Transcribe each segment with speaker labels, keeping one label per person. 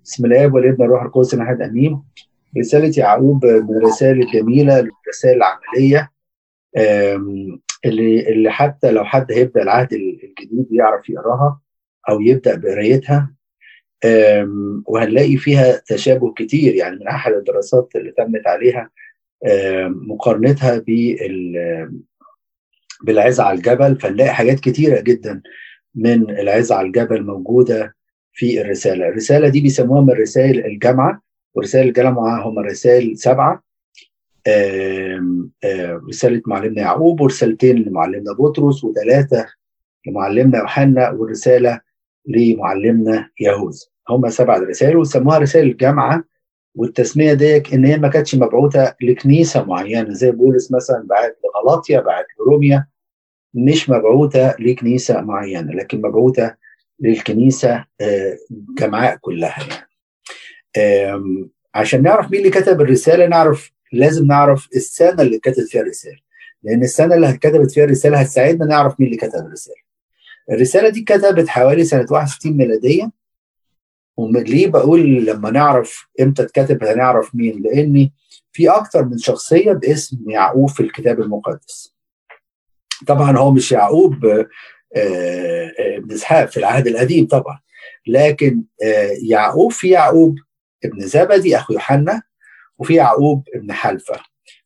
Speaker 1: بسم الله والابن الروح القدس الاحد امين. رساله يعقوب من الرسائل الجميله، الرسائل العمليه، اللي حتى لو حد هيبدا العهد الجديد يعرف يقراها او يبدا بقرايتها. وهنلاقي فيها تشابه كتير، يعني من احد الدراسات اللي تمت عليها مقارنتها بالعظة على الجبل، فنلاقي حاجات كتيره جدا من العظة على الجبل موجوده في الرسالة دي بيسموها من الرسائل الجامعة، ورسائل الجامعة هم الرسائل 7. رسالة معلمنا يعقوب، ورسالتين لمعلمنا بطرس، وثلاثة لمعلمنا يوحنا، والرسالة لمعلمنا يهوذا. هم 7 رسائل وسموها رسائل الجامعة. والتسمية ديك ان هي ما كانتش مبعوثة لكنيسة معينة زي بولس مثلا بعت لغلاطيا، بعت لروميا، مش مبعوثة لكنيسة معينة لكن مبعوثة للكنيسة جمعاء كلها يعني. عشان نعرف مين اللي كتب الرسالة لازم نعرف السنة اللي كتبت فيها الرسالة، لأن السنة اللي كتبت فيها الرسالة هتساعدنا نعرف مين اللي كتب الرسالة. الرسالة دي كتبت حوالي سنة 61 ميلادية. وليه بقول لما نعرف امتى اتكتب هنعرف مين؟ لأن في أكتر من شخصية باسم يعقوب في الكتاب المقدس. طبعا هو مش يعقوب ابن اسحاق في العهد القديم طبعا، لكن يعقوب، في يعقوب ابن زبدي اخو يوحنا، وفي يعقوب ابن حلفة،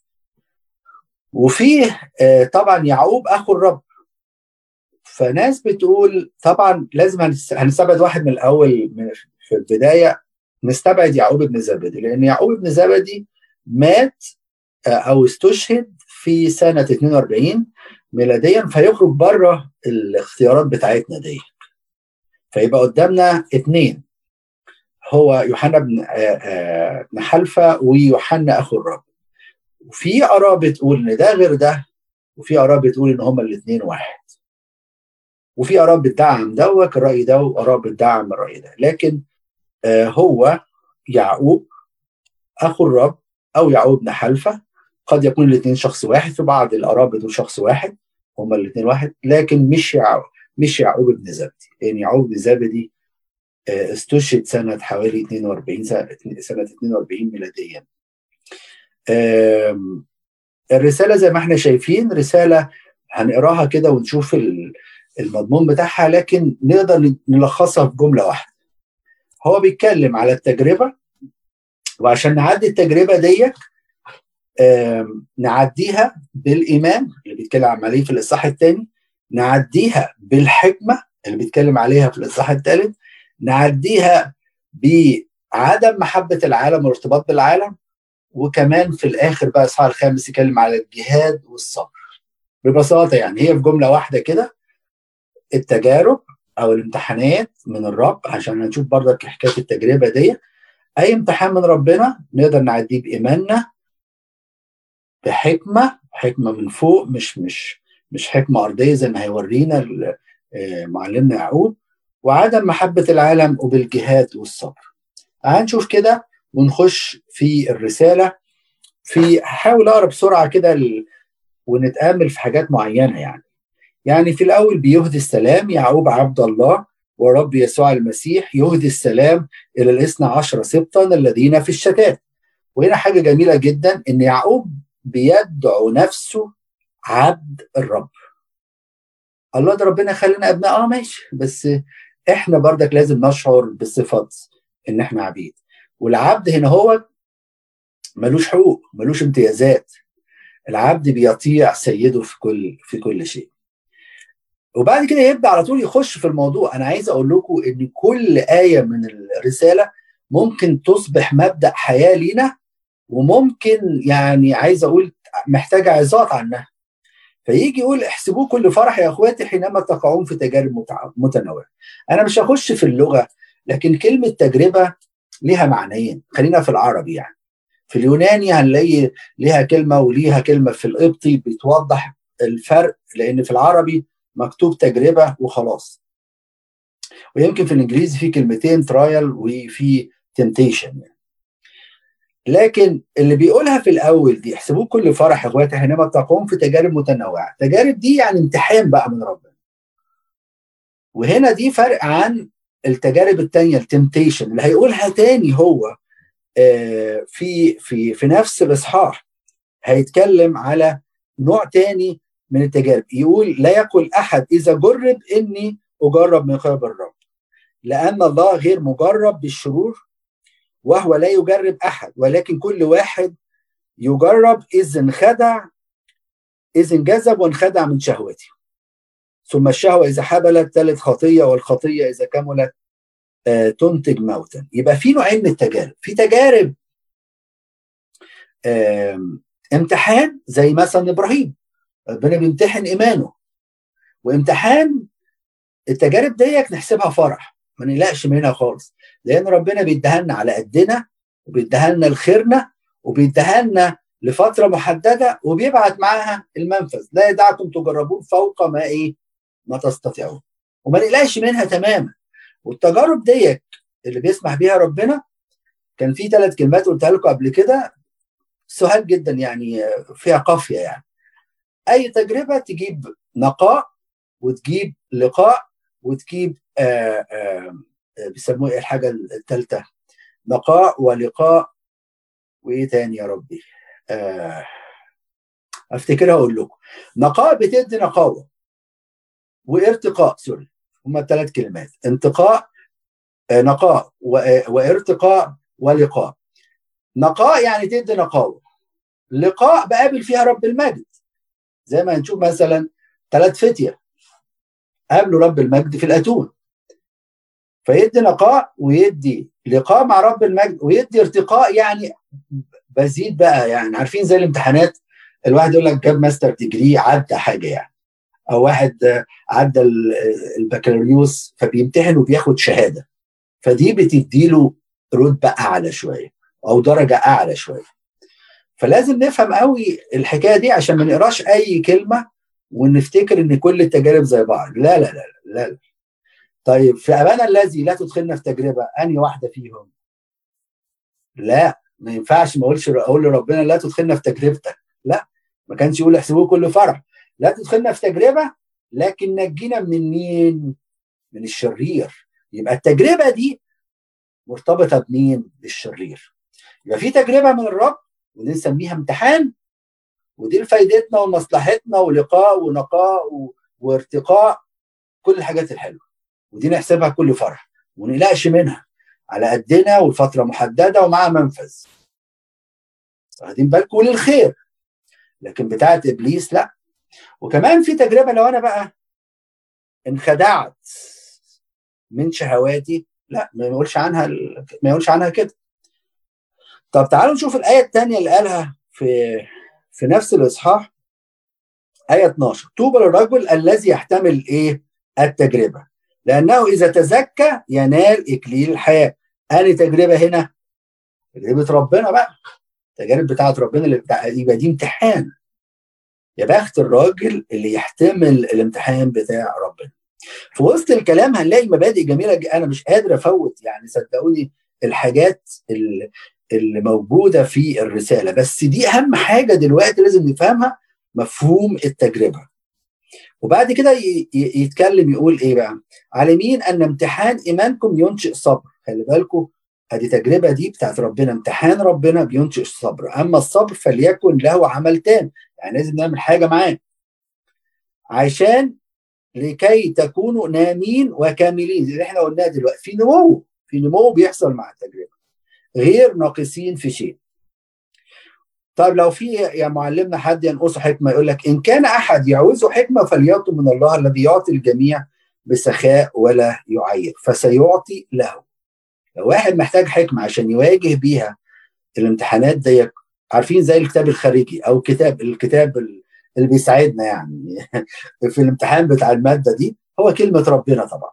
Speaker 1: وفي طبعا يعقوب اخو الرب. فناس بتقول طبعا لازم هنستبعد واحد من الاول، في البدايه نستبعد يعقوب ابن زبدي، لان يعقوب ابن زبدي مات او استشهد في سنه 42 ميلاديا، فيخرج بره الاختيارات بتاعتنا دي. فيبقى قدامنا 2، هو يوحنا ابن حلفة ويوحنا اخو الرب. وفي اراء بتقول ان ده غير ده، وفي اراء بتقول ان هما الاثنين واحد، وفي اراء بتدعم دوت الراي ده واراء بتدعم الراي ده. لكن هو يعقوب اخو الرب او يعقوب ابن حلفة. قد يكون الاثنين شخص واحد، في بعض الاراء بتقول شخص واحد، هما الاثنين واحد، لكن مش يعقوب ابن زبدي، لان يعقوب ابن زبدي استشهد سنه حوالي 42 سنه 42 ميلاديا. الرساله زي ما احنا شايفين رساله هنقراها كده ونشوف المضمون بتاعها، لكن نقدر نلخصها في جمله واحده. هو بيتكلم على التجربه، وعشان نعدي التجربه دي نعديها بالايمان اللي بيتكلم عليه في الاصحاح الثاني، نعديها بالحكمه اللي بيتكلم عليها في الاصحاح الثالث، نعديها بعدم محبه العالم والارتباط بالعالم، وكمان في الاخر بقى الاصحاح الخامس يتكلم على الجهاد والصبر. ببساطه يعني هي في جمله واحده كده، التجارب او الامتحانات من الرب، عشان هنشوف برضك حكايه التجربه دي. اي امتحان من ربنا نقدر نعديه بايماننا، بحكمه من فوق، مش حكمه ارضيه زي ما هيورينا معلمنا يعقوب، وعدم محبه العالم، وبالجهاد والصبر. هنشوف كده ونخش في الرساله. هحاول اقرا بسرعه كده ونتامل في حاجات معينه. يعني في الاول بيهدي السلام، يعقوب عبد الله ورب يسوع المسيح يهدي السلام الى 12 سبطا الذين في الشتات. وهنا حاجه جميله جدا، ان يعقوب بيدعو نفسه عبد الرب. الله ده ربنا خلينا ابناء، ماشي، بس احنا برضك لازم نشعر بصفه ان احنا عبيد. والعبد هنا هو ملوش حقوق، ملوش امتيازات. العبد بيطيع سيده في كل شيء. وبعد كده يبدا على طول يخش في الموضوع. انا عايز اقول لكم ان كل ايه من الرساله ممكن تصبح مبدا حياه لينا، وممكن يعني عايز اقول محتاجه عظات عنها. فيجي يقول احسبوه كل فرح يا اخواتي حينما تقعون في تجارب متنوعه. انا مش هخش في اللغه، لكن كلمه تجربه ليها معنيين. خلينا في العربي. يعني في اليوناني هنلاقي ليها كلمه وليها كلمه في القبطي بتوضح الفرق، لان في العربي مكتوب تجربه وخلاص، ويمكن في الانجليزي في كلمتين ترايل وفي تمتيشن. لكن اللي بيقولها في الاول دي احسبوه كل فرح يا اخواتي حينما تقوم في تجارب متنوعه. تجارب دي يعني امتحان بقى من ربنا. وهنا دي فرق عن التجارب التانية التمتيشن اللي هيقولها تاني هو في نفس الإصحاح، هيتكلم على نوع تاني من التجارب. يقول لا يقل أحد إذا جرب إني أجرب من قبل الرب، لأن الله غير مجرب بالشرور وهو لا يجرب أحد، ولكن كل واحد يجرب إذ انجذب وانخدع من شهوته، ثم الشهوة إذا حبلت تلد خطية، والخطية إذا كملت تنتج موتا. يبقى في نوعين من التجارب. في تجارب امتحان زي مثلا إبراهيم، ربنا بيمتحن إيمانه، وامتحان التجارب ديك نحسبها فرح، ما نقلقش منها خالص، لأن ربنا بيدهلنا على قدنا، وبيدهلنا لخيرنا، وبيدهلنا لفترة محددة، وبيبعت معاها المنفذ، لا يدعكم تجربون فوق ما تستطيعون، وما نقلقش منها تماما. والتجارب ديك اللي بيسمح بيها ربنا، كان في 3 كلمات قلتها لكم قبل كده سهل جدا، يعني فيها قافية. يعني أي تجربة تجيب نقاء، وتجيب لقاء، وتجيب بيسموه الحاجة الثالثة، نقاء ولقاء، وإيه تاني يا ربي؟ أفتكرها أقول لكم. نقاء بتدي نقاوة، وارتقاء، سوري، هما 3 كلمات، انتقاء، نقاء، وارتقاء ولقاء. نقاء يعني تدي نقاوة، لقاء بقابل فيها رب المجد، زي ما هنشوف مثلا 3 فتية قابلوا رب المجد في الأتون، فيدي نقاء ويدي لقاء مع رب المجد، ويدي ارتقاء، يعني بزيد بقى. يعني عارفين زي الامتحانات، الواحد يقول لك جاب ماستر ديجري، عدى حاجة يعني، أو واحد عدى البكالوريوس فبيمتحن وبياخد شهادة، فدي بتديله رتبة أعلى شوية أو درجة أعلى شوية. فلازم نفهم قوي الحكاية دي عشان ما نقراش أي كلمة ونفتكر إن كل التجارب زي بعض. لا لا لا لا, لا. طيب في أبانا الذي لا تدخلنا في تجربة، أنهي واحدة فيهم؟ لا، ما ينفعش ما أقول لربنا لا تدخلنا في تجربتك، لا، ما كانش يقول احسبوه كل فرح، لا تدخلنا في تجربة لكن نجينا من مين؟ من الشرير. يبقى التجربة دي مرتبطة بمين؟ بالشرير. يبقى في تجربة من الرب، ودي نسميها امتحان، ودي لفايدتنا ومصلحتنا ولقاء ونقاء وارتقاء، كل الحاجات الحلوة، ودي نحسبها كل فرح ونقلقش منها، على قدنا والفترة محددة ومعها منفذ، واخدين بالكم، للخير. لكن بتاعت إبليس لا. وكمان في تجربة لو أنا بقى انخدعت من شهواتي، لا، ما يقولش عنها كده. طب تعالوا نشوف الآية الثانية اللي قالها في نفس الإصحاح، آية 12: طوبى للرجل الذي يحتمل التجربة، لأنه إذا تزكى ينال إكليل الحياة. أنهي تجربة هنا؟ تجربة ربنا بقى، التجارب بتاعت ربنا اللي يبقى دي امتحان. يا بخت الراجل اللي يحتمل الامتحان بتاع ربنا. في وسط الكلام هنلاقي مبادئ جميلة، أنا مش قادر أفوت، يعني صدقوني الحاجات اللي موجودة في الرسالة، بس دي أهم حاجة دلوقتي لازم نفهمها، مفهوم التجربة. وبعد كده يتكلم يقول إيه بقى؟ عالمين أن امتحان إيمانكم ينشئ صبر. خلي بالكم، هذه تجربة دي بتاعت ربنا، امتحان ربنا بينشئ الصبر، أما الصبر فليكن له عمل تام، يعني لازم نعمل حاجة معاه، عشان لكي تكونوا نامين وكاملين، زي اللي احنا قلناه دلوقتي، في نمو بيحصل مع التجربة، غير ناقصين في شيء. طيب لو في يا معلمنا حد ينقصه حكمة، يقول لك إن كان أحد يعوزه حكمة فليطلب من الله الذي يعطي الجميع بسخاء ولا يعير فسيعطي له. لو واحد محتاج حكمة عشان يواجه بيها الامتحانات دي، عارفين زي الكتاب الخارجي أو الكتاب اللي بيساعدنا يعني في الامتحان بتاع المادة دي، هو كلمة ربنا طبعا.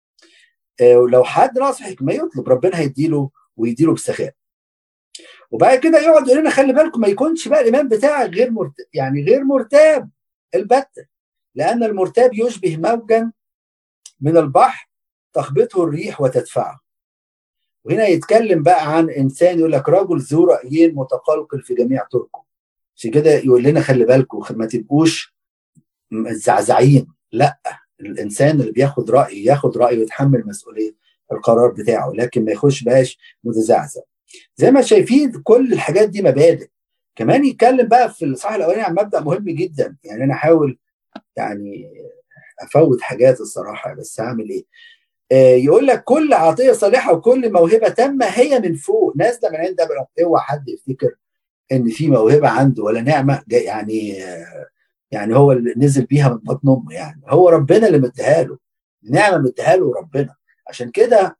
Speaker 1: ولو حد ناقص حكمة يطلب، ربنا هيديله ويديله بسخاء. وبعد كده يقعد يقول لنا خلي بالكم ما يكونش بقى الإيمان بتاعك غير مرتاب البتة، لأن المرتاب يشبه موجا من البحر تخبطه الريح وتدفعه. وهنا يتكلم بقى عن إنسان، يقول لك رجل ذو رأيين متقلقل في جميع طرقه. عشان كده يقول لنا خلي بالكم ما تبقوش زعزعين، لا، الإنسان اللي بياخد رأي ياخد رأي ويتحمل مسؤولية. القرار بتاعه، لكن ما يخش بقاش متزعزع. زي ما شايفين كل الحاجات دي مبادئ. كمان يتكلم بقى في الصحاح الاولاني عن مبدأ مهم جدا، يعني انا احاول يعني افوت حاجات الصراحه، بس هعمل ايه؟ يقول لك كل عطيه صالحه وكل موهبه تامه هي من فوق نازله من عند ابراهيم. اوعى حد يفتكر ان في موهبه عنده ولا نعمه يعني يعني هو اللي نزل بيها من بطن امه، يعني هو ربنا اللي مديها له، نعمه مديها له ربنا. عشان كده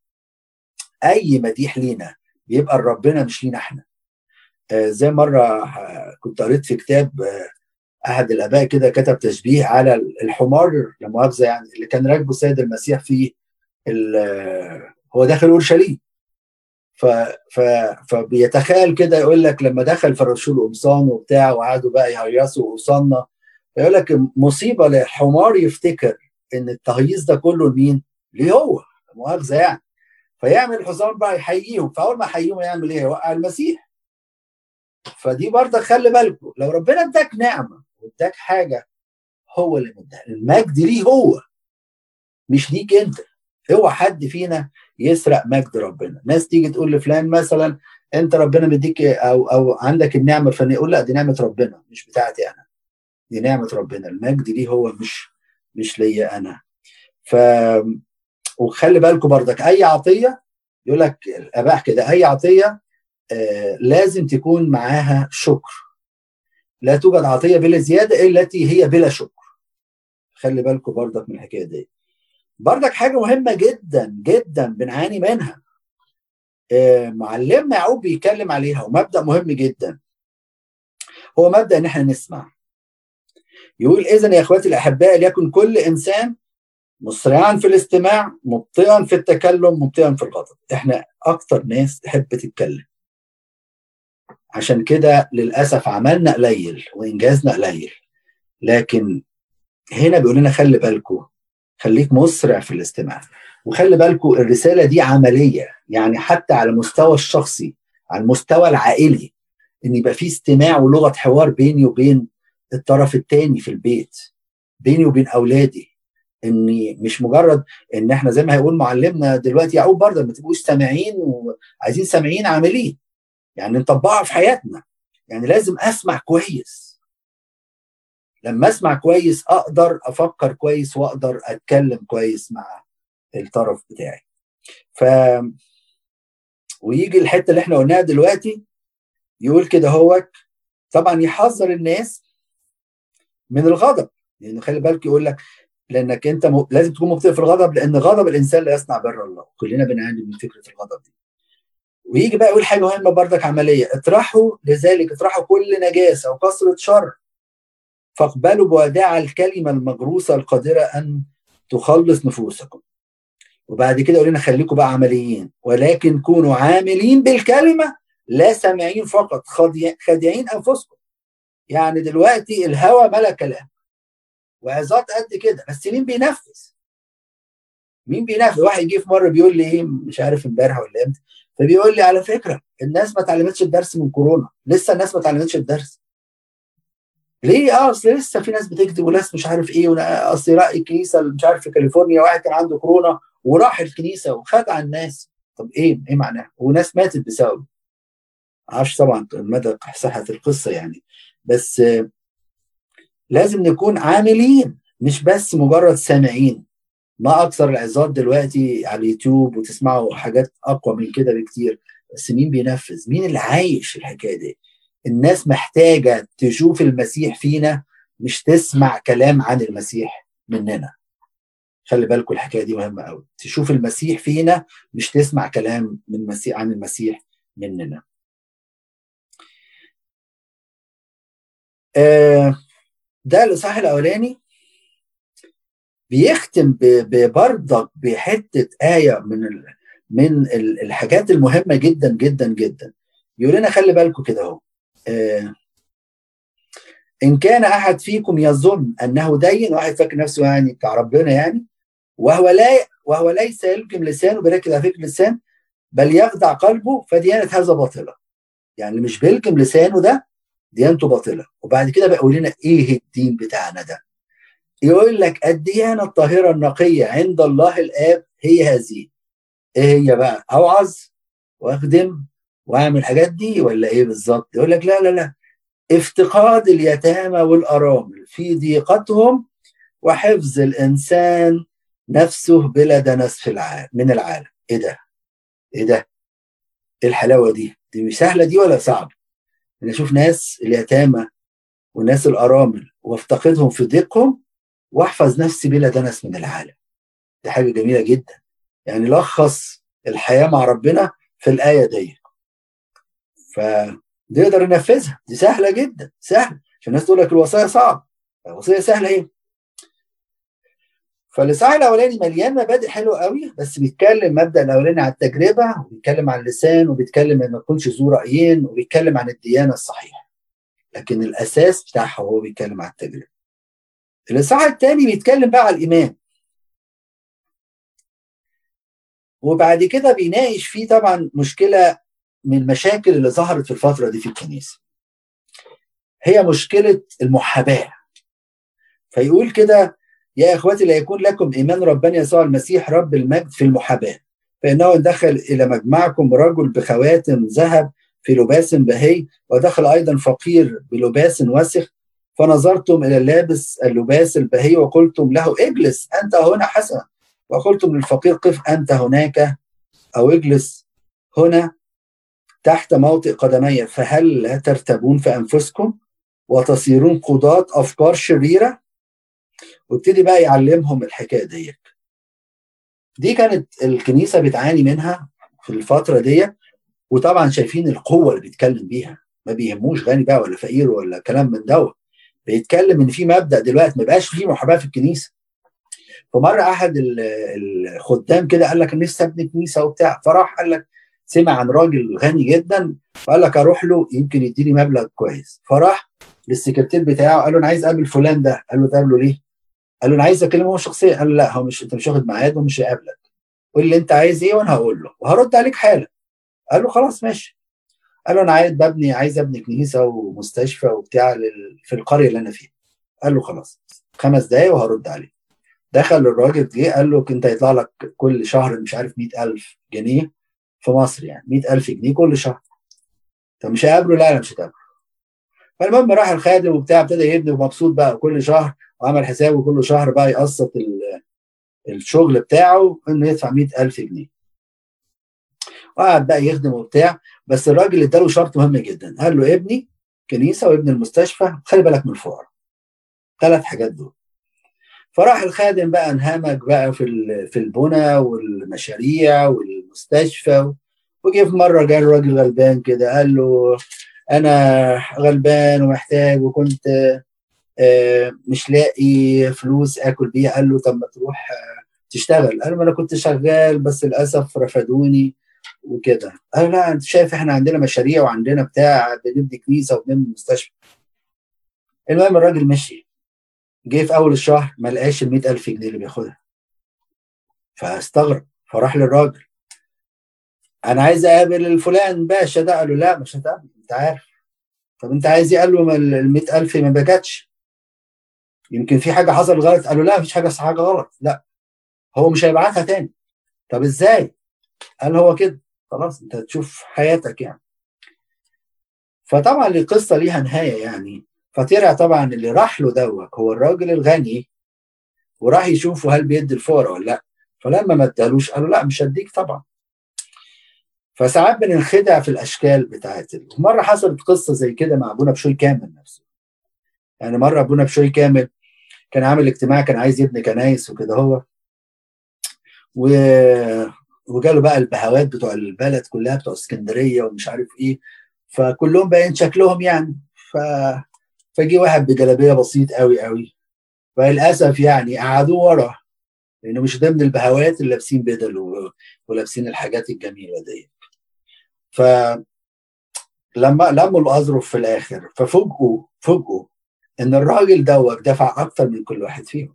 Speaker 1: اي مديح لينا بيبقى لربنا مش لينا احنا. زي مره كنت قريت في كتاب احد الاباء كده كتب تشبيه على الحمار، لا مؤاخذه يعني، اللي كان راكبه السيد المسيح في هو داخل اورشليم. ف ف فبيتخيل كده، يقول لك لما دخل فرشوا له قمصان وبتاع وقعدوا بقى يهيصوا قمصاننا، يقول لك مصيبه للحمار يفتكر ان التهييص ده كله لمين؟ ليه هو، لا مؤاخذه يعني. فيعمل الحصان بقى يحييهم، فاول ما يحييهم يعمل ايه؟ يوقع المسيح. فدي برضه خلي بالكم، لو ربنا اداك نعمه واداك حاجه هو اللي مديها، المجد ليه هو مش ليك انت. اوعى حد فينا يسرق مجد ربنا. ناس تيجي تقول لفلان مثلا انت ربنا مديك او عندك النعمه الفلانيه، يقول لا دي نعمه ربنا مش بتاعتي انا، دي نعمه ربنا، المجد ليه هو مش ليا انا. ف وخلي بالكم برضك اي عطيه، يقول لك الاباء كده، اي عطيه لازم تكون معاها شكر. لا توجد عطيه بلا زياده الا التي هي بلا شكر. خلي بالكم برضك من الحكايه دي. برضك حاجه مهمه جدا جدا بنعاني منها، معلمنا يعقوب بيتكلم عليها، ومبدا مهم جدا، هو مبدا ان احنا نسمع. يقول اذا يا اخواتي الاحباء ليكن كل انسان مسرعا في الاستماع، مبطئا في التكلم، مبطئا في الغضب. احنا اكتر ناس تحب تتكلم، عشان كده للاسف عملنا قليل وانجازنا قليل. لكن هنا بيقول لنا خلي بالكم، خليك مسرع في الاستماع. وخلي بالكم الرساله دي عمليه، يعني حتى على المستوى الشخصي، على المستوى العائلي، ان يبقى في استماع ولغه حوار بيني وبين الطرف الثاني في البيت، بيني وبين اولادي. اني مش مجرد ان احنا زي ما هيقول معلمنا دلوقتي يعقوب برضه، ما تبقوش سامعين وعايزين سامعين عاملين، يعني نطبقها في حياتنا. يعني لازم اسمع كويس، لما اسمع كويس اقدر افكر كويس واقدر اتكلم كويس مع الطرف بتاعي. ف ويجي الحته اللي احنا قلناها دلوقتي، يقول كده هو طبعا يحذر الناس من الغضب، لانه يعني خلي بالك يقول لك لانك انت لازم تكون مبطئ في الغضب، لان غضب الانسان لا يصنع بر الله. كلنا بنعاني من فكره الغضب دي. ويجي بقى يقول حاجه مهمه بردك عمليه، اطرحوا لذلك اطرحوا كل نجاسه وكثره شر، فاقبلوا بوداع الكلمه المغروسه القادره ان تخلص نفوسكم. وبعد كده يقول لنا خليكم بقى عمليين، ولكن كونوا عاملين بالكلمه لا سامعين فقط خادعين انفسكم. يعني دلوقتي الهوى ملا كلام وعظات قد كده، بس مين بينفذ؟ مين بينفذ؟ واحد جه في مره بيقول لي ايه، مش عارف امبارح ولا امتى، فبيقول لي على فكره الناس ما اتعلمتش الدرس من كورونا، لسه الناس ما اتعلمتش الدرس. ليه؟ اصل لسه في ناس بتكذب وناس مش عارف ايه، اصل راي الكنيسه مش عارف في كاليفورنيا واحد كان عنده كورونا وراح الكنيسه وخدع الناس. طب ايه معناها؟ وناس ماتت بسببه. معرفش طبعا مدى صحه القصه يعني، بس لازم نكون عاملين مش بس مجرد سامعين. ما اكثر العظات دلوقتي على اليوتيوب وتسمعوا حاجات اقوى من كده بكتير، بس مين بينفذ؟ مين اللي عايش الحكايه دي؟ الناس محتاجه تشوف المسيح فينا، مش تسمع كلام عن المسيح مننا. خلي بالكم الحكايه دي مهمه قوي، تشوف المسيح فينا مش تسمع كلام من المسيح عن المسيح مننا. ده الاصحاح الاولاني بيختم ببرضك بحته ايه من الحاجات المهمه جدا جدا جدا. يقول لنا خلي بالكم كده اهو، ان كان احد فيكم يظن انه دين، واحد فاكر نفسه يعني بتاع ربنا يعني، وهو ليس يلكم لسانه، بركز على فكره اللسان، بل يخدع قلبه، فديانه هذا باطله. يعني اللي مش بيلكم لسانه ده ديانته باطله. وبعد كده بقى يقول لنا ايه الدين بتاعنا ده؟ يقول لك الديانه الطاهره النقيه عند الله الاب هي هذه، ايه هي بقى؟ اوعظ واخدم واعمل الحاجات دي ولا ايه بالظبط؟ يقول لك لا لا لا، افتقاد اليتامى والارامل في ضيقتهم وحفظ الانسان نفسه بلا دنس في من العالم. ايه ده؟ ايه ده؟ ايه الحلاوه دي؟ دي مش سهله دي ولا صعب؟ ان اشوف ناس اليتامى والناس الارامل وافتقدهم في ضيقهم واحفظ نفسي بلا دنس من العالم. دي حاجه جميله جدا. يعني لخص الحياه مع ربنا في الايه دي، فنقدر ننفذها. دي سهله جدا، سهله. عشان الناس تقول لك الوصايا صعب، الوصيه سهله ايه؟ فالإصحاح الأولاني مليان مبادئ حلوة قوي، بس بيتكلم مبدأ الأولاني عن التجربة، وبيتكلم عن اللسان، وبيتكلم إن ما يكونش ذو رأيين، وبيتكلم عن الديانة الصحيحة. لكن الأساس بتاعها هو بيتكلم عن التجربة. الإصحاح الثاني بيتكلم بقى على الإيمان، وبعد كده بيناقش فيه طبعا مشكلة من المشاكل اللي ظهرت في الفترة دي في الكنيسة، هي مشكلة المحاباة. فيقول كده: يا إخوتي لا يكون لكم إيمان ربنا يسوع المسيح رب المجد في المحاباة، فإنه دخل إلى مجمعكم رجل بخواتم ذهب في لباس بهي، ودخل أيضا فقير بلباس وسخ، فنظرتم إلى اللابس اللباس البهي وقلتم له اجلس أنت هنا حسنا، وقلتم للفقير قف أنت هناك، أو اجلس هنا تحت موطئ قدمي. فهل لا ترتبون في أنفسكم وتصيرون قضاة أفكار شريرة؟ وابتدي بقى يعلمهم الحكاية دي كانت الكنيسة بتعاني منها في الفترة دي. وطبعا شايفين القوة اللي بيتكلم بيها، ما بيهموش غني بقى ولا فقير ولا كلام من دوت. بيتكلم ان في مبدأ دلوقتي ما بقاش فيه محاباة في الكنيسة. فمرة احد الخدام كده قال لك نفسي ابني كنيسة وبتاع، فراح قال لك سمع عن راجل غني جدا، فقال لك اروح له يمكن يديني مبلغ كويس. فراح للسكرتير بتاعه قال له انا عايز اقابل فلان ده. قال له تقابله ليه؟ قال له انا عايز اكلمه هو شخصيا. قال له لا، هو مش، انت مش واخد ميعاد ومش هيقابلك. قول لي انت عايز ايه وانا هقول له وهرد عليك حالا. قال له خلاص ماشي. قال له انا عايز ابني كنيسه ومستشفى وبتاع في القريه اللي انا فيها. قال له خلاص 5 دقايق وهرد عليك. دخل الراجل جه قال له انت هيطلع لك كل شهر مش عارف 100,000 جنيه في مصر، يعني 100,000 جنيه كل شهر. طب مش هقابله؟ لا انا مش هقابله. فالمهم راح الخادم وبتاع، ابتدى يبني ومبسوط بقى كل شهر، وعمل حسابه كل شهر بقى يقسط الشغل بتاعه انه يدفع 100,000 جنيه، وقعد بقى يخدم وبتاع. بس الراجل اداله شرط مهم جدا، قال له ابني كنيسه وابن المستشفى، خلي بالك من الفقراء. 3 حاجات دول. فراح الخادم بقى انهمك بقى في البنى والمشاريع والمستشفى. وجه في مره جاء الراجل غلبان كده قال له انا غلبان ومحتاج، وكنت مش لاقي فلوس اكل بيها. قال له طب ما تروح تشتغل. قال له ما انا كنت شغال بس للاسف رفضوني وكده. قال لا انت شايف احنا عندنا مشاريع وعندنا بتاع، بنبني كنيسه وبنبني مستشفى. المهم الراجل مشي. جه في اول الشهر ما لقاش ال 100,000 جنيه اللي بياخدها، فاستغرب. فراح للراجل انا عايز اقابل الفلان باشا ده. قال له لا مش هتقابل، انت عارف. طب انت عايز ايه؟ قال له ال 100,000 ما بجتش، يمكن في حاجه حصل غلط. قال له لا مفيش حاجه غلط، لا هو مش هيبعتها تاني. طب ازاي؟ قال هو كده، خلاص انت هتشوف حياتك يعني. فطبعا القصه ليها نهايه يعني. فطلع طبعا اللي راح له دوت هو الراجل الغني، وراح يشوفه هل بيدي الفقراء ولا لا. فلما ما ادالوش قالوا لا مش هديك طبعا. فساعات بننخدع في الاشكال بتاعت مره حصلت قصه زي كده مع ابونا بشوي كامل نفسه. يعني مره ابونا بشوي كامل كان عامل اجتماع، كان عايز يبني كنايس وكده هو و... وجاله بقى البهوات بتوع البلد كلها بتوع اسكندريه ومش عارف ايه، فكلهم باين شكلهم يعني. ف... فجي واحد بجلابيه بسيط قوي قوي، فللاسف يعني قعدوه ورا، لانه مش ضمن البهوات اللي لابسين بدل ولابسين الحاجات الجميله دي. فلما لموا الاظرف في الاخر ففوجئوا ان الراجل دوت دفع اكتر من كل واحد فيهم.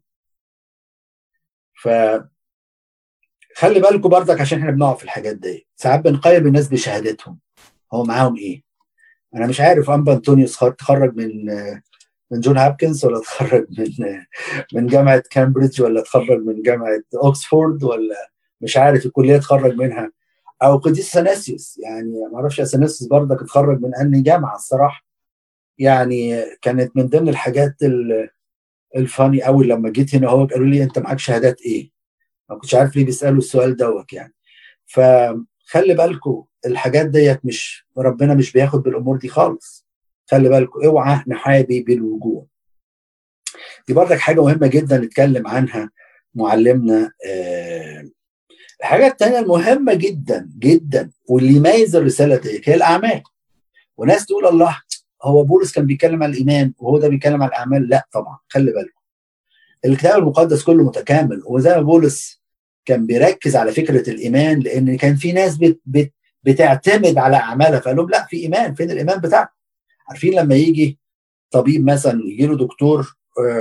Speaker 1: فخلي بالكم برضك، عشان احنا بنقع في الحاجات دي ساعات بنقيم الناس بشهادتهم، هو معاهم ايه. انا مش عارف انبا انطونيوس تخرج من جون هابكنز، ولا تخرج من جامعه كامبريدج، ولا تخرج من جامعه اوكسفورد، ولا مش عارف الكليه اتخرج منها، او قديس اثناسيوس، يعني ما اعرفش اثناسيوس برضك اتخرج من انهي جامعه الصراحه. يعني كانت من ضمن الحاجات الفاني قوي لما جيت هنا، هو قالوا لي انت معاك شهادات ايه؟ ما كنتش عارف ليه بيسالوا السؤال دوت يعني. فخلي بالكم الحاجات ديت، مش ربنا مش بياخد بالامور دي خالص. خلي بالكم اوعى نحابي بالوجوه. دي برضك حاجه مهمه جدا نتكلم عنها معلمنا. الحاجه الثانيه المهمه جدا جدا واللي يميز الرساله دي هي الاعمال. وناس تقول الله، هو بولس كان بيتكلم عن الايمان وهو ده بيتكلم عن الاعمال؟ لا طبعا، خلي بالكم الكتاب المقدس كله متكامل. وزي ما بولس كان بيركز على فكره الايمان، لان كان في ناس بتعتمد على اعمالها، فقال لهم لا، في ايمان، فين الايمان بتاعكم؟ عارفين لما يجي طبيب مثلا، يجي له دكتور،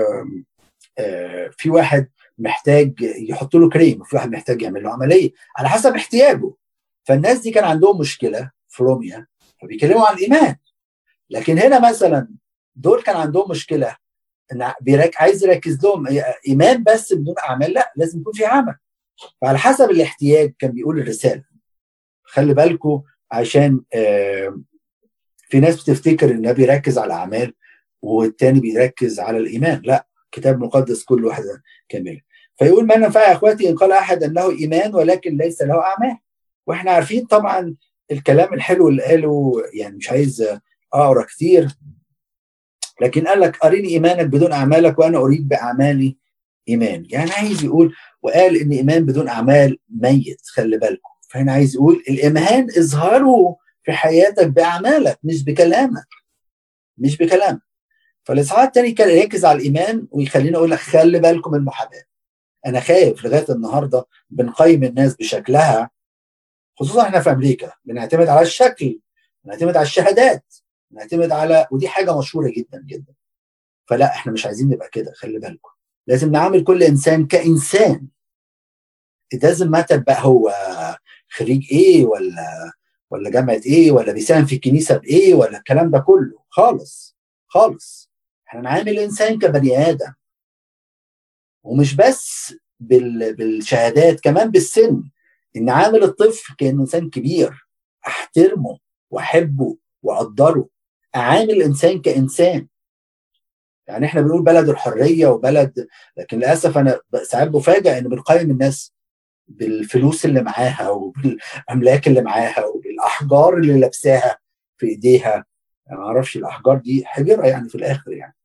Speaker 1: في واحد محتاج يحط له كريم، وفي واحد محتاج يعمل له عمليه على حسب احتياجه. فالناس دي كان عندهم مشكله في روميا، فبيكلموا عن الايمان. لكن هنا مثلا دول كان عندهم مشكله ان عايز يركز لهم ايمان بس بدون اعمال، لا لازم يكون في عمل. فعلى حسب الاحتياج كان بيقول الرساله. خلي بالكم عشان في ناس بتفتكر انه بيركز على الاعمال والتاني بيركز على الايمان. لا، الكتاب المقدس كل واحده كامله. فيقول ما نفع يا اخواتي ان قال احد انه ايمان ولكن ليس له اعمال. واحنا عارفين طبعا الكلام الحلو اللي قاله، يعني مش عايز اقرا كتير، لكن قال لك اريني ايمانك بدون اعمالك وانا اريد باعمالي ايمان. يعني عايز يقول، وقال ان ايمان بدون اعمال ميت. خلي بالكم، فهنا عايز يقول الايمان اظهاره في حياتك باعمالك، مش بكلامك، مش بكلامك. فالاصحاح الثاني كان يركز على الايمان ويخليني اقول لك خلي بالكم من المحاباه. انا خايف لغايه النهارده بنقيم الناس بشكلها، خصوصا احنا في امريكا بنعتمد على الشكل، بنعتمد على الشهادات، بنعتمد على، ودي حاجه مشهوره جدا جدا. فلا، احنا مش عايزين نبقى كده. خلي بالكم لازم نعامل كل انسان كانسان. لازم ما تبقى هو خريج ايه ولا جامعه ايه ولا بيساهم في الكنيسه بايه ولا الكلام ده كله خالص خالص. احنا نعامل الانسان كبني ادم، ومش بس بالشهادات، كمان بالسن. ان عامل الطفل كانه انسان كبير، احترمه واحبه واقدره، اعامل الانسان كانسان. يعني احنا بنقول بلد الحريه وبلد، لكن للاسف انا ساعات بفاجئ ان بنقيم الناس بالفلوس اللي معاها وبالاملاك اللي معاها وبالاحجار اللي لابساها في ايديها. انا ما اعرفش الاحجار دي حجره يعني في الاخر يعني.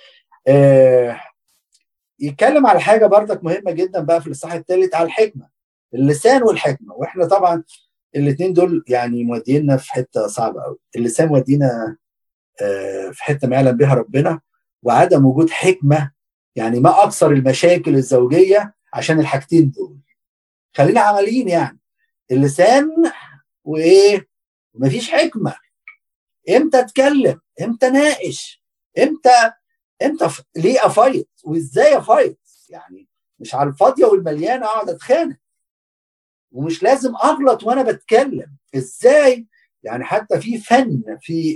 Speaker 1: يتكلم على حاجه بردك مهمه جدا بقى في الاصحاح الثالث، على الحكمه، اللسان والحكمه. واحنا طبعا الاثنين دول يعني مودينا في حته صعبه قوي. اللسان مودينا في حته ما يعلم بها ربنا، وعدم وجود حكمه يعني ما اكثر المشاكل الزوجيه عشان الحاجتين دول. خلينا عمليين يعني، اللسان وايه، مفيش حكمه. امتى اتكلم، امتى ناقش، امتى ليه افايت وازاي افايت؟ يعني مش على الفاضيه والمليانه اقعد اتخانق، ومش لازم اغلط وانا بتكلم. ازاي يعني؟ حتى في فن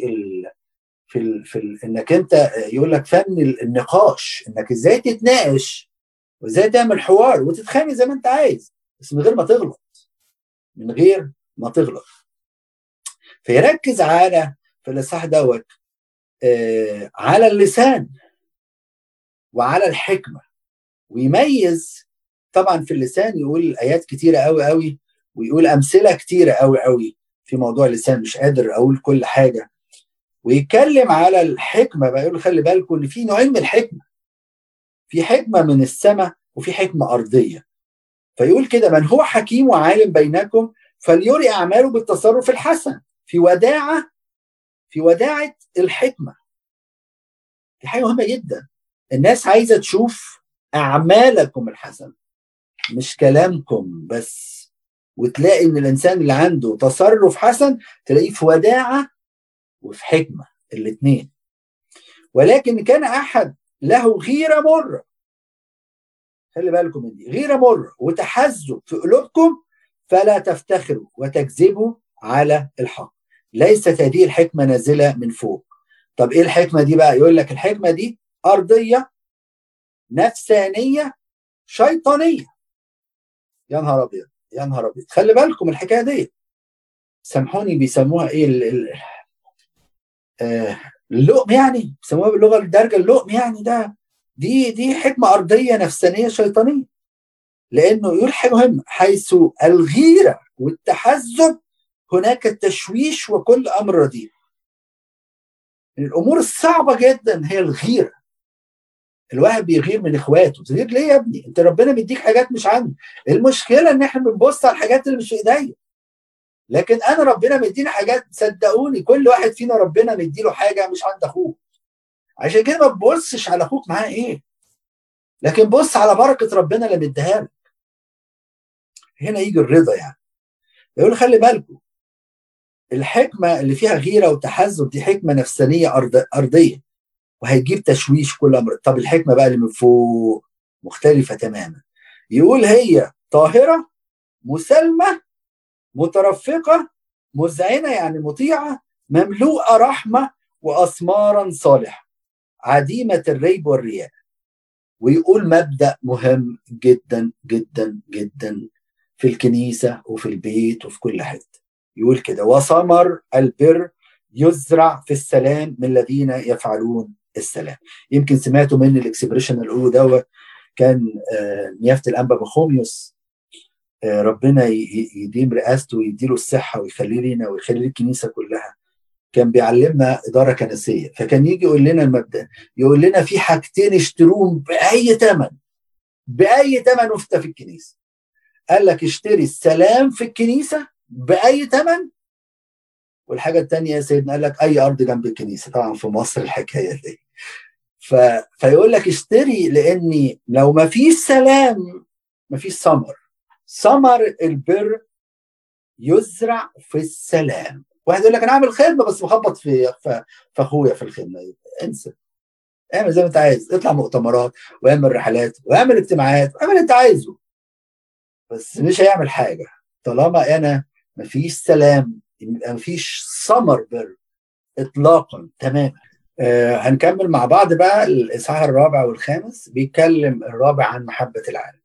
Speaker 1: في انك انت يقول لك فن النقاش، انك ازاي تتناقش وازاي تعمل حوار وتتخانق زي ما انت عايز، بس من غير ما تغلط، من غير ما تغلط. فيركز على في الاصحاح دوت على اللسان وعلى الحكمه، ويميز طبعا في اللسان. يقول ايات كتيره قوي قوي، ويقول امثله كتيره قوي قوي في موضوع اللسان، مش قادر اقول كل حاجه. ويتكلم على الحكمه بقى، يقول خلي بالكم ان في نوعين من الحكمه، في حكمه من السماء وفي حكمه ارضيه. فيقول كده من هو حكيم وعالم بينكم فليري اعماله بالتصرف الحسن في وداعه، في وداعه الحكمه. دي حاجه مهمه جدا. الناس عايزه تشوف اعمالكم الحسنه مش كلامكم بس. وتلاقي ان الانسان اللي عنده تصرف حسن تلاقيه في وداعه وفي حكمه الاثنين. ولكن كان احد له غيره مره، خلي بالكم من دي، غيره مره وتحزب في قلوبكم فلا تفتخروا وتكذبوا على الحق. ليست هذه الحكمه نازله من فوق. طب ايه الحكمه دي بقى؟ يقول لك الحكمه دي ارضيه نفسانيه شيطانيه. يا نهار ابيض، يا نهار ابيض، خلي بالكم الحكايه دي سامحوني بيسموها ايه اللؤم، يعني بيسموها باللغه الدارجه اللؤم، يعني دي حكمه ارضيه نفسانيه شيطانيه. لانه يقول حاجه مهمه: حيث الغيره والتحزب هناك التشويش وكل امر رديء. الامور الصعبه جدا هي الغيره. الواحد بيغير من اخواته. تغير ليه يا ابني؟ انت ربنا مديك حاجات مش عندي. المشكله ان احنا بنبص على الحاجات اللي مش في ايديا، لكن انا ربنا مديني حاجات. صدقوني كل واحد فينا ربنا مديله حاجه مش عند اخوه. عشان كده ما تبصش على اخوك معاه ايه، لكن بص على بركه ربنا اللي مديها لك. هنا يجي الرضا. يعني يقول خلي بالكم، الحكمه اللي فيها غيره وتحزب دي حكمه نفسانيه ارضيه، وهيجيب تشويش كل امر. طب الحكمه بقى اللي من فوق مختلفه تماما. يقول هي طاهره، مسالمه، مترفقه، مذعنه يعني مطيعه، مملوءه رحمه، واسمارا صالحه، عديمه الريب والرياء. ويقول مبدأ مهم جدا جدا جدا في الكنيسة وفي البيت وفي كل حتة. يقول كده: وثمر البر يزرع في السلام من الذين يفعلون السلام. يمكن سمعتوا مني الاكسبريشن اللي قوله دوت. كان نيافة الأنبا بخوميوس، ربنا يديم رئاسته ويديله الصحة ويخليه لينا ويخلي الكنيسة كلها. كان بيعلمنا إدارة كنسية، فكان يجي يقول لنا المبدأ، يقول لنا في حاجتين اشتروهم بأي ثمن، بأي ثمن وفت في الكنيسة. قال لك اشتري السلام في الكنيسة بأي ثمن، والحاجة الثانية يا سيدنا قال لك أي أرض جنب الكنيسة. طبعا في مصر الحكاية دي. فيقول لك اشتري، لأني لو ما فيش سلام ما فيش ثمر. ثمر البر يزرع في السلام. واحد يقول لك انا اعمل خدمه بس مخبط في اخويا في الخدمه. انسى، اعمل زي ما انت عايز، اطلع مؤتمرات واعمل رحلات واعمل اجتماعات واعمل اللي انت عايزه، بس مش هيعمل حاجه طالما انا مفيش سلام، مفيش ثمر بر اطلاقا تماما. هنكمل مع بعض بقى الاصحاح الرابع والخامس. بيتكلم الرابع عن محبه العالم.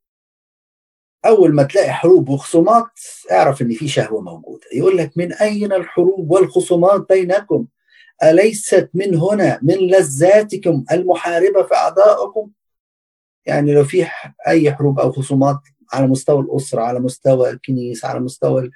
Speaker 1: أول ما تلاقي حروب وخصومات اعرف إن في شهوة موجودة. يقول لك: من أين الحروب والخصومات بينكم؟ أليست من هنا من لذاتكم المحاربة في أعدائكم؟ يعني لو في أي حروب أو خصومات على مستوى الأسرة، على مستوى الكنيسة، على مستوى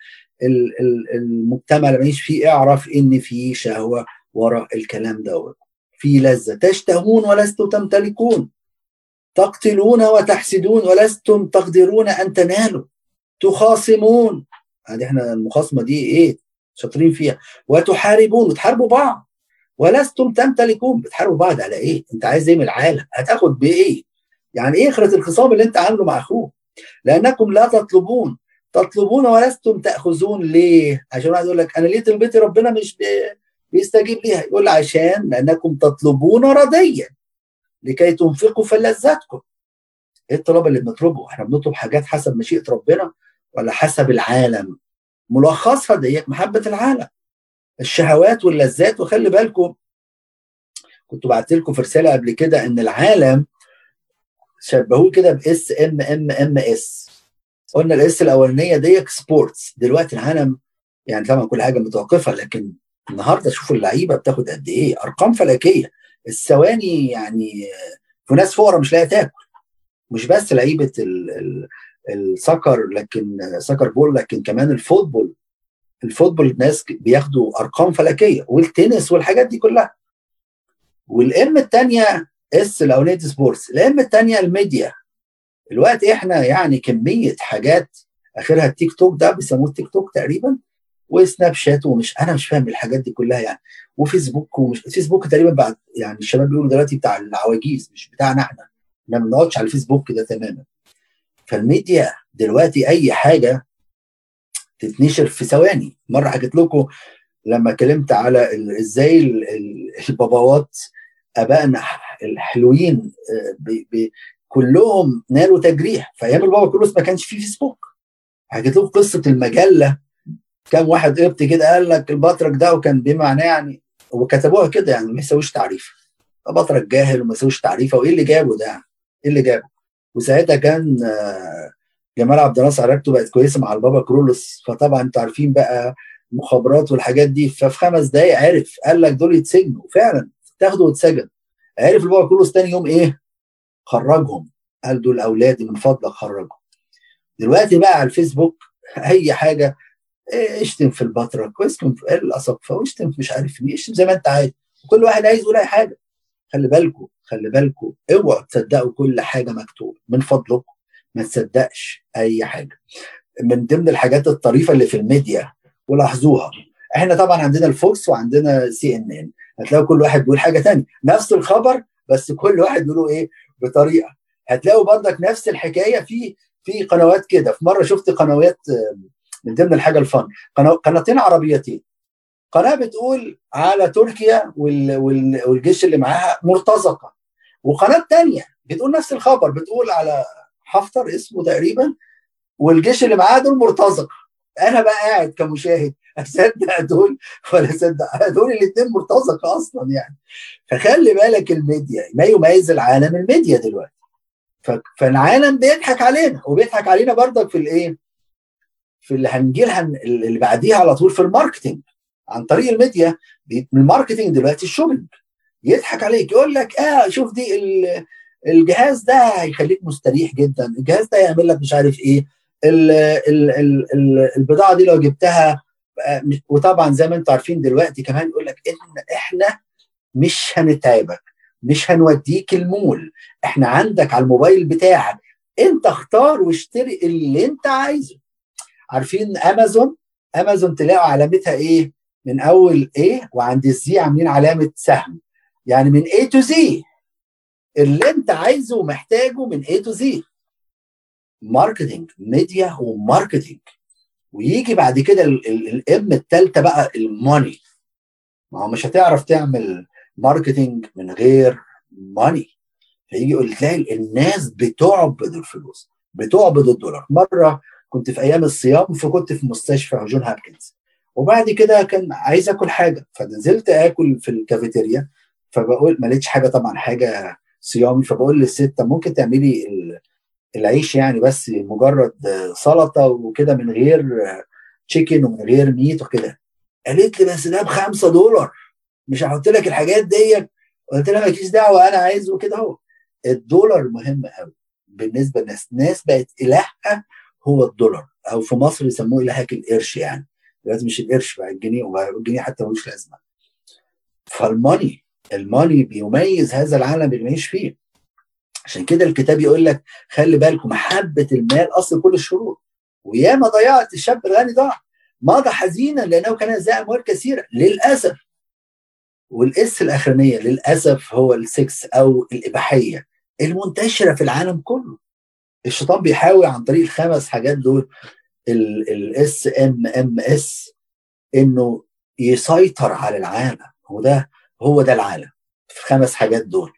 Speaker 1: المجتمع اللي مانيش فيه، اعرف إن في شهوة وراء الكلام ده. في لذة. تشتهون ولستم تمتلكون، تقتلون وتحسدون ولستم تقدرون أن تنالوا، تخاصمون. يعني احنا المخاصمة دي ايه؟ شاطرين فيها. وتحاربون، بتحاربوا بعض. ولستم تمتلكون، بتحاربوا بعض على ايه؟ انت عايز ايه من العالم؟ هتاخد بايه؟ يعني ايه اخرة الخصام اللي انت عامله مع اخوك؟ لانكم لا تطلبون ولستم تأخذون. ليه؟ عشان واحد يقول لك انا ليه طلبتي ربنا مش بيستجيب ليها؟ يقول عشان لانكم تطلبون رديا لكي تنفقوا في لذاتكم. ايه الطلب اللي بنطلبه؟ احنا بنطلب حاجات حسب مشيئة ربنا ولا حسب العالم؟ ملخصها ديت محبة العالم، الشهوات واللذات. وخلي بالكم، كنت بعت لكم في رسالة قبل كده ان العالم شبهوه كده باس ام ام ام اس. قلنا الاس الاولانيه دي سبورتس. دلوقتي العالم يعني طبعا كل حاجه متوقفه، لكن النهارده شوفوا اللعيبه بتاخد قد ايه، ارقام فلكيه. الثواني يعني في ناس فقراء مش لاقيه تاكل. مش بس لعيبه السكر، لكن سكر بول، لكن كمان الفوتبول الناس بياخدوا ارقام فلكيه، والتنس والحاجات دي كلها. والام الثانيه اس الاولانيه سبورتس، الام الثانيه الميديا. الوقت احنا يعني كميه حاجات، اخرها التيك توك، ده بيسموه التيك توك تقريبا، وسناب شات، انا مش فاهم الحاجات دي كلها يعني. وفيسبوك، ومش فيسبوك تقريبا بعد يعني الشباب بيقولوا دلوقتي بتاع العواجيز مش بتاعنا احنا ما بنقعدش على الفيسبوك كده تماما. فالميديا دلوقتي اي حاجه تتنشر في ثواني. مره حكيت لكم لما كلمت على ازاي الباباوات ابائنا الحلوين كلهم نالوا تجريح في ايام البابا كرولوس، ما كانش فيه فيسبوك. حكيت لكم قصه المجله، كان واحد قبط كده قال لك البطرك ده، وكان بمعناه يعني، وكتبوها كده يعني ما يسويش تعريف، بطرك جاهل وما يسويش تعريفه، وايه اللي جابه ده؟ ايه اللي جابه؟ وساعتها كان جمال عبد الناصر علاقته بقت كويسه مع البابا كرولوس، فطبعا انتوا عارفين بقى مخابرات والحاجات دي، ففي 5 دقايق عرف، قال لك دول يتسجنوا فعلا، تاخدوا واتسجن. عرف البابا كرولوس تاني يوم ايه؟ خرجهم، قال دول اولادي من فضلك خرجهم. دلوقتي بقى على الفيسبوك اي حاجه، اشتم في البطرك، واشتم في الاساقفه، واشتم مش عارف مين، اشتم زي ما انت عايز، وكل واحد عايز يقول اي حاجه. خلي بالكم، خلي بالكم، اوعوا تصدقوا كل حاجه مكتوبه من فضلكم، ما تصدقش اي حاجه. من ضمن الحاجات الطريفه اللي في الميديا ولاحظوها، احنا طبعا عندنا الفوكس وعندنا CNN، هتلاقوا كل واحد بيقول حاجه ثانيه، نفس الخبر بس كل واحد بيقولوا ايه بطريقه. هتلاقوا برضك نفس الحكايه في قنوات كده. في مره شفت قنوات من ضمن الحاجه الفن، قناتين عربيتين، قناه بتقول على تركيا والجيش اللي معاها مرتزقه، وقناه ثانيه بتقول نفس الخبر، بتقول على حفتر اسمه تقريبا والجيش اللي معاه دول مرتزقه. انا بقى قاعد كمشاهد اصدق دول ولا اصدق دول؟ الاثنين مرتزقه اصلا يعني. فخلي بالك الميديا ما يميز العالم الميديا دلوقتي. فالعالم بيضحك علينا، وبيضحك علينا برضك في الايه؟ في اللي هنجيلها اللي بعديها على طول، في الماركتينج عن طريق الميديا. الماركتينج دلوقتي الشوبينج، يضحك عليك يقول لك شوف دي الجهاز ده هيخليك مستريح جدا، الجهاز ده يعمل لك مش عارف ايه، البضاعه دي لو جبتها. وطبعا زي ما انتم عارفين دلوقتي كمان يقول لك احنا مش هنتعبك، مش هنوديك المول، احنا عندك على الموبايل بتاعك، انت اختار واشتري اللي انت عايزه. عارفين امازون تلاقوا علامتها ايه؟ من اول ايه وعند الزي عاملين علامه سهم، يعني من A to Z اللي انت عايزه ومحتاجه من A to Z. ماركتينج، ميديا وماركتينج. ويجي بعد كده الام الثالثه بقى الماني. ما هو مش هتعرف تعمل ماركتينج من غير ماني. فيجي يقول تلاقي الناس بتعبد الفلوس، بتعبد الدولار. مره كنت في ايام الصيام، فكنت في مستشفى جون هابكنز، وبعد كده كان عايز اكل حاجه، فنزلت اكل في الكافيتيريا، فبقول ما لقيتش حاجه طبعا، حاجه صيامي، فبقول للست ممكن تعملي العيش يعني بس مجرد سلطه وكده من غير تشيكن ومن غير ميت وكده. قالت لي بس ده ب$5، مش هحط لك الحاجات دي. قلت لها مالكيش دعوه، انا عايزه كده اهو. الدولار مهم قوي بالنسبه للناس، ناس بقت الهها هو الدولار، او في مصر يسموه الهك القرش يعني. دلوقتي مش القرش بقى الجنيه، وبقى الجنيه حتى ملوش لازمه. الماني بيميز هذا العالم اللي بنعيش فيه. عشان كده الكتاب يقول لك خلي بالكم، محبه المال اصل كل الشرور. وياما ضيعت الشاب الغني، ضاع مضى حزينا لانه كان ذا اموال كثيره للاسف. والاس الاخرانيه للاسف هو السكس او الاباحيه المنتشره في العالم كله. الشيطان بيحاول عن طريق ال5 حاجات دول، الSMMS، انه يسيطر على العالم. هو ده العالم في ال5 حاجات دول،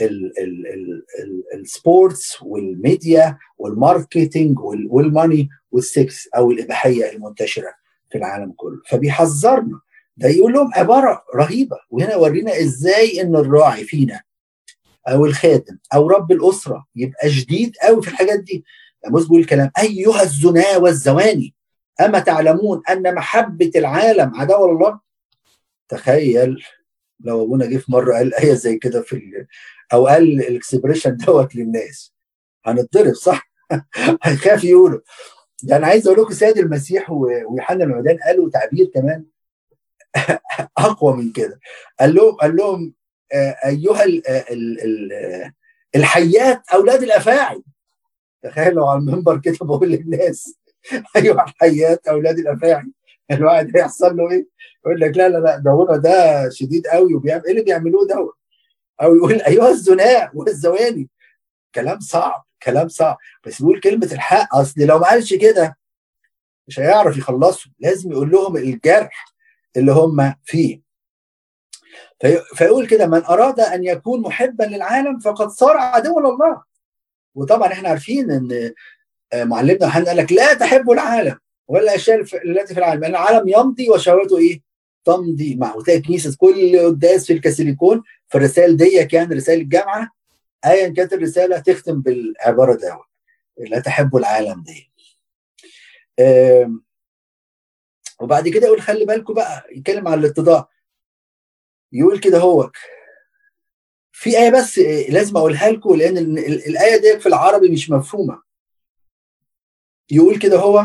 Speaker 1: السبورتس والميديا والماركتينج والماني والسكس او الاباحيه المنتشره في العالم كله. فبيحذرنا، ده يقول لهم عباره رهيبه، وهنا يورينا ازاي ان الراعي فينا او الخادم او رب الاسره يبقى شديد قوي في الحاجات دي. موسى بيقول الكلام: ايها الزنا والزواني اما تعلمون ان محبه العالم عداوه الله. تخيل لو ابونا جه في مره قال ايه زي كده او قال الاكسبريشن دوت للناس، هنتضرب صح؟ هيخاف يقولوا. ده انا عايز اقول لكم سيد المسيح ويوحنا المعمدان قالوا تعبير كمان اقوى من كده. قال لهم ايها الحيات اولاد الافاعي. تخيلوا على المنبر كده بقول للناس ايها الحيات اولاد الافاعي، الواحد هيحصل له ايه؟ يقول لك لا لا لا، ده شديد قوي وبيعمل ايه اللي بيعملوه دوت. او يقول ايها الزنا والزواني. كلام صعب، كلام صعب، بس بيقول كلمه الحق. اصل لو ما قالش كده مش هيعرف يخلصوا، لازم يقول لهم الجرح اللي هم فيه. فيقول كده: من اراد ان يكون محبا للعالم فقد صار عدوا لله. وطبعا احنا عارفين ان معلمنا يوحنا قال لك لا تحبوا العالم ولا الاشياء التي في العالم، لان العالم يمضي وشهوته ايه؟ تمضي معه. وتلاقي كنيسه كل قداس في الكاثوليكون في الرسائل ديت، يعني رسائل الجامعه ايا كانت الرساله تختم بالعباره دي: لا تحبوا العالم دي. وبعد كده يقول خلي بالكم بقى، يتكلم عن الاتضاع. يقول كده هو في آية بس لازم أقولها لكم، لأن الآية دي في العربي مش مفهومة. يقول كده هو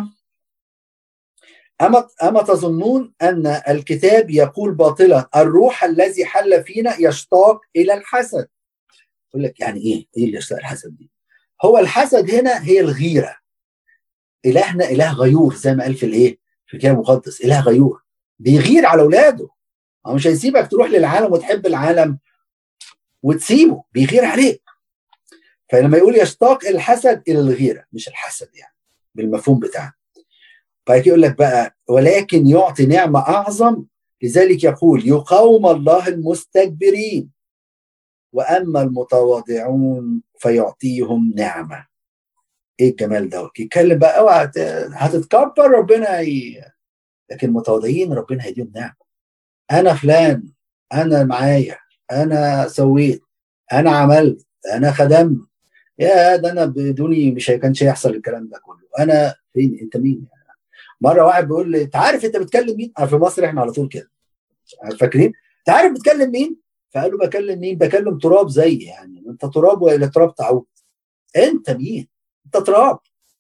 Speaker 1: أما تظنون أن الكتاب يقول باطلا الروح الذي حل فينا يشتاق إلى الحسد. يقول لك يعني إيه اللي يشتاق الحسد دي؟ هو الحسد هنا هي الغيرة. إلهنا إله غيور زي ما قال في الكتاب المقدس، إله غيور بيغير على أولاده. هو مش هيسيبك تروح للعالم وتحب العالم وتسيبه، بيغير عليك. فلما يقول يشتاق الحسد إلى الغيرة، مش الحسد يعني بالمفهوم بتاعه. فهيك يقول لك بقى ولكن يعطي نعمة أعظم، لذلك يقول يقاوم الله المستكبرين وأما المتواضعون فيعطيهم نعمة. إيه الجمال ده؟ يتكلم بقى اوعى هتتكبر ربنا لكن المتواضعين ربنا هيديهم نعمة. أنا فلان، أنا معايا، أنا سويت، أنا عملت، أنا خدمت، يا ده أنا بدوني مش كانش هيحصل الكلام ده كله. أنا فين؟ أنت مين؟ مره واحد بيقول لي انت عارف انت بتكلم مين؟ في مصر احنا على طول كده فاكرين؟ انت عارف بتكلم مين؟ فقال له بكلم مين؟ بكلم تراب زي يعني انت تراب ولا تراب تعود؟ انت مين؟ انت تراب.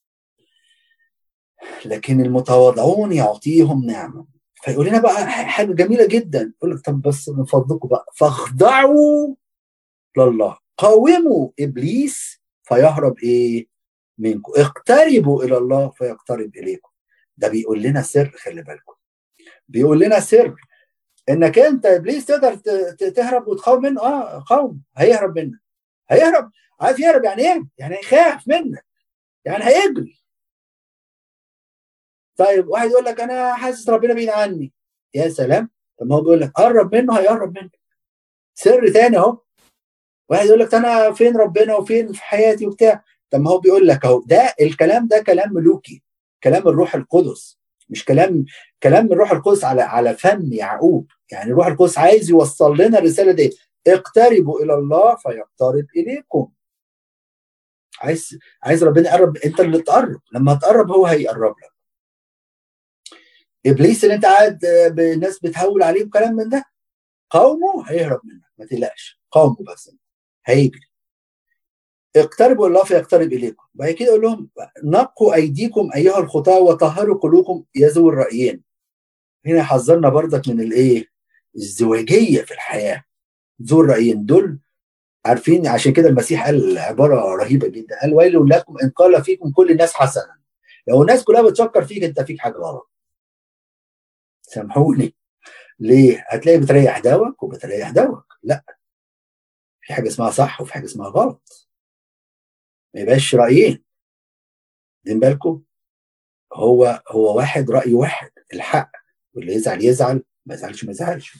Speaker 1: لكن المتواضعون يعطيهم نعمه. فيقول لنا بقى حاجه جميله جدا، يقول لك طب بس من فضلكم بقى فاخضعوا لله، قاوموا ابليس فيهرب منكم، اقتربوا الى الله فيقترب اليكم. ده بيقول لنا سر، خلي بالكم، بيقول لنا سر انك انت ابليس تقدر تهرب وتقاوم منه. قاوم، هيهرب منك. هيهرب. عارف يهرب يعني ايه؟ يعني هيخاف منك، يعني هيجري. طيب واحد يقول لك انا حاسس ربنا بعيد عني. يا سلام، طب ما هو بيقول لك قرب منه هيقرب منك. سر تاني اهو. واحد يقول لك انا فين ربنا وفين في حياتي وبتاع. طب ما هو بيقول لك اهو، ده الكلام ده كلام ملوكي، كلام الروح القدس، مش كلام الروح القدس على فم يعقوب. يعني الروح القدس عايز يوصل لنا الرساله دي، اقتربوا الى الله فيقترب اليكم. عايز ربنا يقرب، انت اللي تقرب. لما تقرب هو هيقرب لك. ابليس اللي انت قاعد بالناس بتهول عليه وكلام من ده، قاومه هيهرب منك، ما تقلقش، قاومه بس هيجري. اقتربوا الله فيقترب اليكم. بعد كده يقول لهم نقوا ايديكم ايها الخطاه وطهروا قلوبكم يا ذوي الرايين. هنا يحذرنا برضك من الزواجيه في الحياه. ذو الرايين دول عارفين، عشان كده المسيح قال عباره رهيبه جدا، قال ويل لكم ان قال فيكم كل الناس حسنا. لو الناس كلها بتفكر فيك انت فيك حاجه غلط. سامحوني. ليه؟ هتلاقي بتريح دوك وبتريح دوك. لا، في حاجه اسمها صح وفي حاجه اسمها غلط. ما يبقاش رايين. دين بالكم، هو واحد راي واحد، الحق، واللي يزعل يزعل، ما يزعلش ما يزعلش.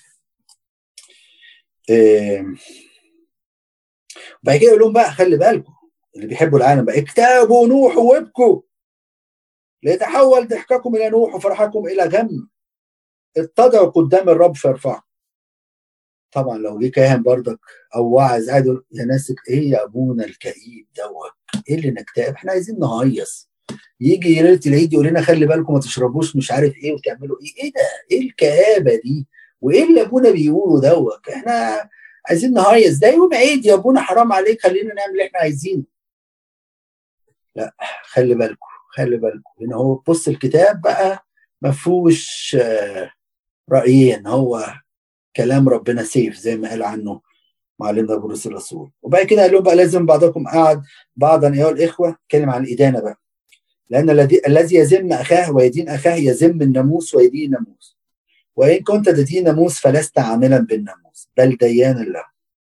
Speaker 1: بعد كده يقول لهم بقى خلي بالكم، اللي بيحبوا العالم بقى اكتبوا نوح وابكوا ليتحول ضحككم الى نوح وفرحكم الى غم، اتضعوا قدام الرب فيرفعكم. طبعا لو جه كاهن برضك او واعظ قاعد يقول يا ناس ايه يا ابونا الكئيب دوت، ايه اللي نكتئب؟ احنا عايزين نهيص. يجي ليله العيد يقول لنا خلي بالكم ما تشربوش مش عارف ايه وتعملوا ايه ده؟ ايه الكآبه دي؟ وايه اللي ابونا بيقوله دوت؟ احنا عايزين نهيص، ده يوم عيد يا ابونا، حرام عليك، خلينا نعمل اللي احنا عايزينه. لا، خلي بالكم، خلي بالكم. هنا هو بص الكتاب بقى ما فيهوش رأيين، هو كلام ربنا سيف زي ما قال عنه معلمنا بولس الرسول. وبعد كده قال لهم بقى لازم بعضكم قعد بعضا ايها الاخوه، اتكلم عن الادانه بقى، لان الذي يذم اخاه ويدين اخاه يذم الناموس ويدين الناموس، وان كنت تدين ناموس فلست عاملا بالناموس بل ديانا له.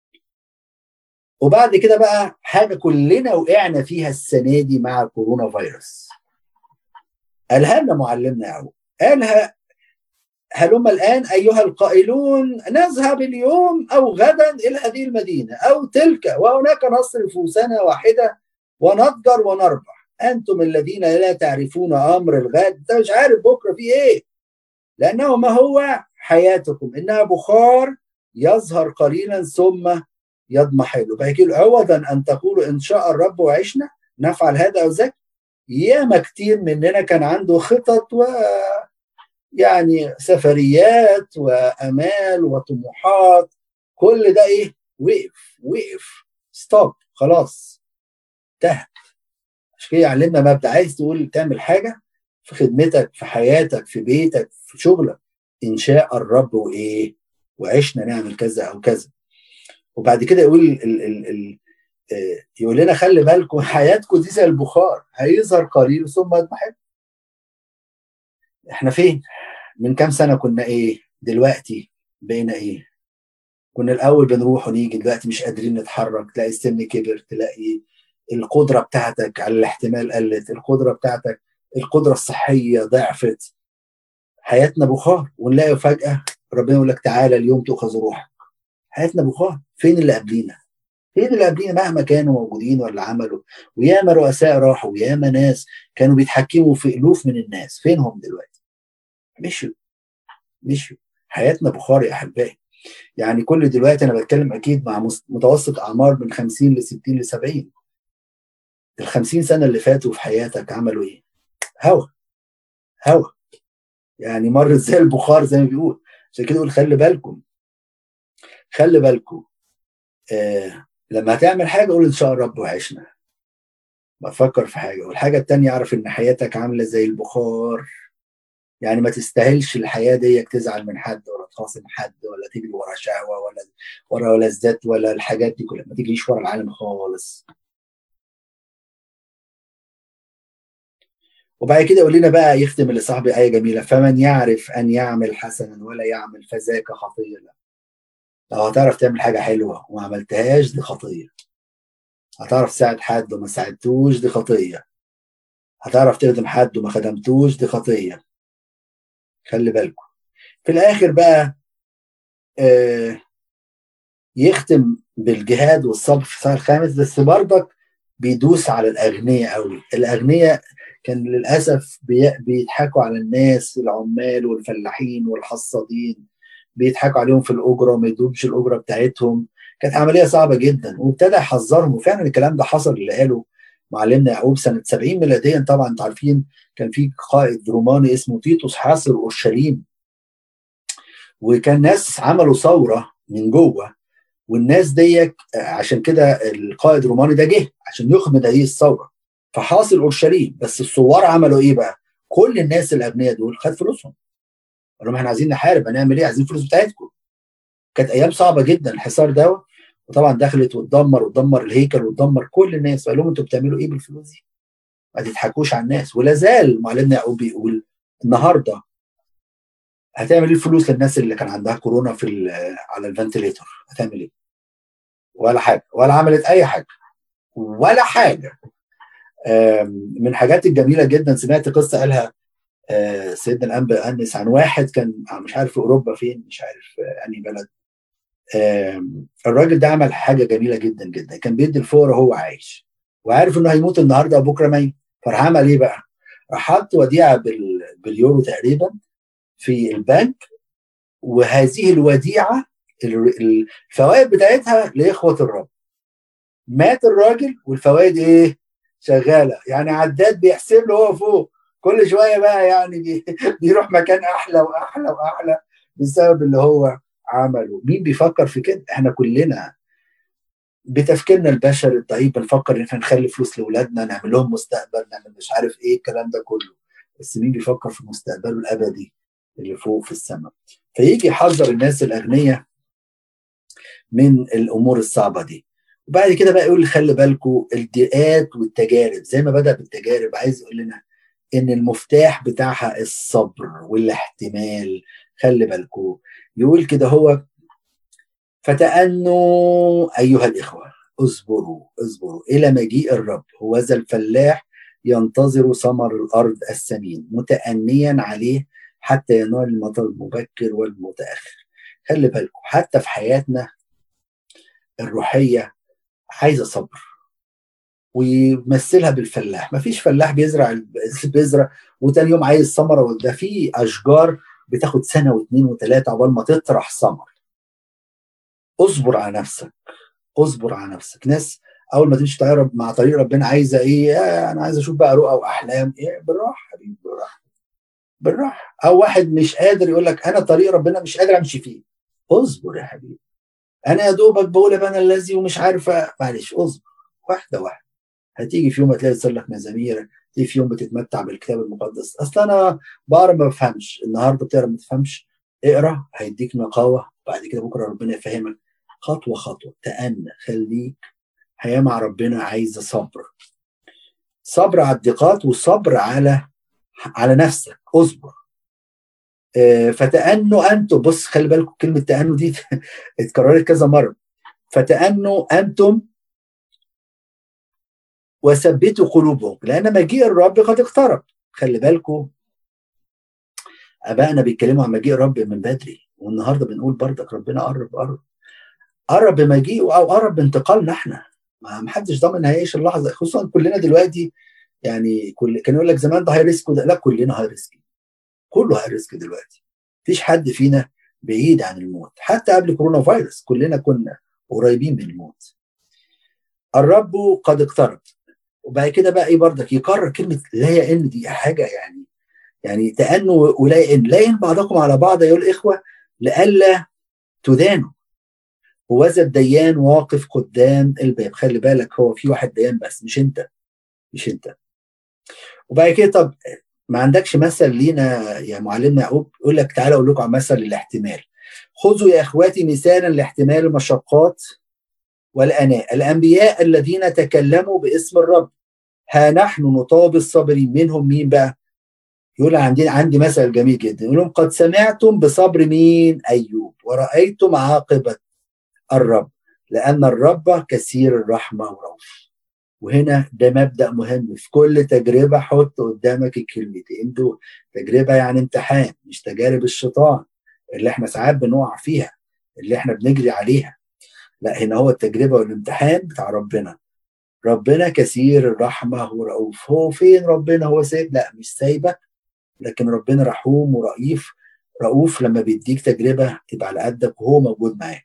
Speaker 1: وبعد كده بقى حاجه كلنا وقعنا فيها السنه دي مع كورونا فيروس، قالها لنا معلمنا يعقوب، قالها هلم الآن أيها القائلون نذهب اليوم أو غدا إلى هذه المدينة أو تلك وهناك نصرف سنة واحدة ونتجر ونربح، أنتم الذين لا تعرفون أمر الغد. أنت مش عارف بكرة في إيه، لأنه ما هو حياتكم إنها بخار يظهر قليلا ثم يضمحل. بعد كده عوضا أن تقولوا إن شاء الرب وعشنا نفعل هذا أو ذاك، ياما كتير مننا كان عنده خطط ويعني سفريات وامال وطموحات، كل ده ايه؟ وقف ستوب، خلاص انتهى. عشان كده يعلمنا مبدأ، عايز تقول تعمل حاجه في خدمتك، في حياتك، في بيتك، في شغلك، ان شاء الرب وايه، وعشنا نعمل كذا او كذا. وبعد كده يقول يقول لنا خلي بالكم حياتكم دي زي البخار، هيظهر قليل ثم يضمحل. احنا فين؟ من كام سنه كنا ايه؟ دلوقتي بقينا ايه؟ كنا الاول بنروح ونيجي، دلوقتي مش قادرين نتحرك، تلاقي السن كبر، تلاقي القدره بتاعتك على الاحتمال قلت، القدره بتاعتك، القدره الصحيه ضعفت. حياتنا بخار، ونلاقي فجاه ربنا يقول لك تعالى اليوم تؤخذ روحك. حياتنا بخار. فين اللي قبلينا؟ فين اللي قبلينا مهما كانوا موجودين ولا عملوا؟ وياما رؤساء راحوا، وياما ناس كانوا بيتحكموا في الوف من الناس، فينهم دلوقتي؟ مشوا. مشوا. حياتنا بخار يا احبائي. يعني كل دلوقتي انا بتكلم اكيد مع متوسط اعمار من 50 ل 60 ل 70. ال 50 سنه اللي فاتوا في حياتك عملوا ايه؟ هوا. هوا. يعني مر زي البخار زي ما بيقول. عشان كده يقول خلي بالكم. خلي بالكم. لما هتعمل حاجه قول ان شاء الرب وعشنا. ما تفكر في حاجه. والحاجه الثانيه اعرف ان حياتك عامله زي البخار. يعني ما تستاهلش الحياه ديك تزعل من حد، ولا تخاصم حد، ولا تجري ورا شهوه، ولا لذات، ولا الحاجات دي كلها. ما تجريش ورا العالم خالص. وبعد كده يقول لنا بقى، يختم لصاحبي آية جميلة: فمن يعرف أن يعمل حسنا ولا يعمل فذاك خطية له. لو هتعرف تعمل حاجة حلوة وما عملتهاش دي خطية. هتعرف تساعد حد وما ساعدتوش دي خطية. هتعرف تخدم حد وما خدمتوش دي خطية. خلي بالكم. في الآخر بقى آه يختم بالجهاد والصبر في الصحيح الخامس، بس برضك بيدوس على الأغنياء قوي. الأغنياء كان للأسف بيضحكوا على الناس، العمال والفلاحين والحصادين، بيضحكوا عليهم في الأجرة وما يدومش الأجرة بتاعتهم. كانت عملية صعبة جدا، وابتدى يحذرهم. وفعلا الكلام ده حصل، اللي قاله معلمنا يعقوب سنة 70 ميلاديا. طبعا انتوا عارفين كان في قائد روماني اسمه تيتوس حاصر أورشليم، وكان ناس عملوا ثورة من جوه. والناس ديك عشان كده القائد الروماني ده جه عشان يخمد هذه الثورة، فحاصر أورشليم. بس الثوار عملوا ايه بقى؟ كل الناس الأغنياء دول خد فلوسهم. قال لهم احنا عايزين نحارب، هنعمل ايه؟ عايزين فلوس بتاعتكم. كانت ايام صعبه جدا الحصار ده. وطبعا دخلت وتدمر الهيكل وتدمر كل الناس. فقال لهم انتوا بتعملوا ايه بالفلوس دي؟ ما تضحكوش على الناس. ولا زال معلمنا يعقوب بيقول النهارده هتعمل ايه الفلوس للناس اللي كان عندها كورونا على الفنتليتور؟ هتعمل ايه؟ ولا حاجه، ولا عملت اي حاجه، ولا حاجه. من الحاجات الجميله جدا سمعت قصه قالها سيدنا الانبا انس عن واحد كان مش عارف في اوروبا فين، مش عارف انهي بلد. الراجل ده عمل حاجه جميله جدا جدا. كان بيدي الفقراء وهو عايش، وعارف انه هيموت النهارده وبكره ميت. فراح عمل ايه بقى؟ راح حط وديعه باليورو تقريبا في البنك، وهذه الوديعه الفوائد بتاعتها لاخوه الرب. مات الراجل والفوائد ايه؟ شغاله. يعني عداد بيحسب له هو فوق كل شويه بقى، يعني بيروح مكان احلى واحلى واحلى بسبب اللي هو عمله. مين بيفكر في كده؟ احنا كلنا بتفكيرنا البشري الضعيف بنفكر ان احنا نخلي فلوس لاولادنا، نعمل لهم مستقبل، نعمل مش عارف ايه الكلام ده كله. بس مين بيفكر في مستقبله الابدي اللي فوق في السماء؟ فيجي يحذر الناس الاغنياء من الامور الصعبه دي. وبعد كده بقى يقول خلي بالكم الضيقات والتجارب. زي ما بدأ بالتجارب، عايز يقول لنا ان المفتاح بتاعها الصبر والاحتمال. خلي بالكم. يقول كده هو: فتأنوا أيها الإخوة، اصبروا اصبروا إلى مجيء الرب. هوذا الفلاح ينتظر ثمر الأرض السمين متأنيا عليه حتى ينال المطر المبكر والمتأخر. خلي بالكم حتى في حياتنا الروحية عايزة صبر. ويمثلها بالفلاح. مفيش فلاح بيزرع وتاني يوم عايز ثمرة. وده في أشجار بتاخد سنة واثنين وثلاثة عقبال ما تطرح ثمر. اصبر على نفسك. اصبر على نفسك. ناس اول ما تمشي مع طريق ربنا عايزه ايه؟ انا عايز اشوف بقى رؤى واحلام. ايه، بالراحه حبيبي، بالراحه بالراحه. او واحد مش قادر يقول لك انا طريق ربنا مش قادر امشي فيه، اصبر يا حبيبي. انا يا دوبك بقول انا الذي ومش عارفه، معلش اصبر، واحده واحده. هتيجي في يوم هتلاقي تصلح مزامير، تيجي في يوم بتتمتع بالكتاب المقدس. اصل انا بقرا ما بفهمش، النهارده بتقرا ما تفهمش، اقرا هيديك نقاوه، بعد كده بكره ربنا يفهمك خطوه خطوه. تأنى، خليك. حياه مع ربنا عايزه صبر، صبر على الضيقات وصبر على نفسك، اصبر. فتأنوا انتم، بص خلي بالكم كلمه تأنوا دي اتكررت كذا مره. فتأنوا انتم وثبتوا قلوبهم لان مجيء الرب قد اقترب. خلي بالكم ابائنا بيتكلموا عن مجيء الرب من بدري، والنهارده بنقول بردك ربنا قرب قرب، قرب بمجيئه او قرب بانتقالنا احنا. ما حدش ضامن هيعيش اللحظه، خصوصا كلنا دلوقتي. يعني كان يقول لك زمان ده هاي ريسك وده لا، كلنا هاي ريسك، كله هاي ريسك دلوقتي. مفيش حد فينا بعيد عن الموت، حتى قبل كورونا فيروس كلنا كنا قريبين من الموت. الرب قد اقترب. وبعد كده بقى ايه بردك يكرر كلمه لا يئن، دي حاجه يعني تأنوا ولا يئن، لا يئن بعضكم على بعض ايها الاخوه لئلا تدانوا، وذا الديان واقف قدام الباب. خلي بالك هو في واحد ديان بس، مش انت، مش انت. وبعد كده طب ما عندكش مثل لينا يا معلمنا يعقوب؟ يقول لك تعالى اقول لكم عن مثل الاحتمال. خذوا يا اخواتي مثالا لاحتمال المشقات والاناء الانبياء الذين تكلموا باسم الرب، ها نحن نطاوب الصابرين منهم. مين بقى؟ يقول عندي مثل جميل جدا، يقول لهم قد سمعتم بصبر مين؟ ايوب، ورأيتم عاقبة الرب لأن الرب كثير الرحمة ورؤوف. وهنا ده مبدأ مهم في كل تجربة، حط قدامك الكلمتين دول. تجربة يعني امتحان، مش تجارب الشيطان اللي احنا ساعات بنقع فيها، اللي احنا بنجري عليها. لا، هنا هو التجربة والامتحان بتاع ربنا. ربنا كثير الرحمة ورؤوف. هو فين ربنا؟ هو سايب؟ لا، مش سايبك، لكن ربنا رحوم ورئيف رؤوف. لما بيديك تجربة تبقى على قدك وهو موجود معاك.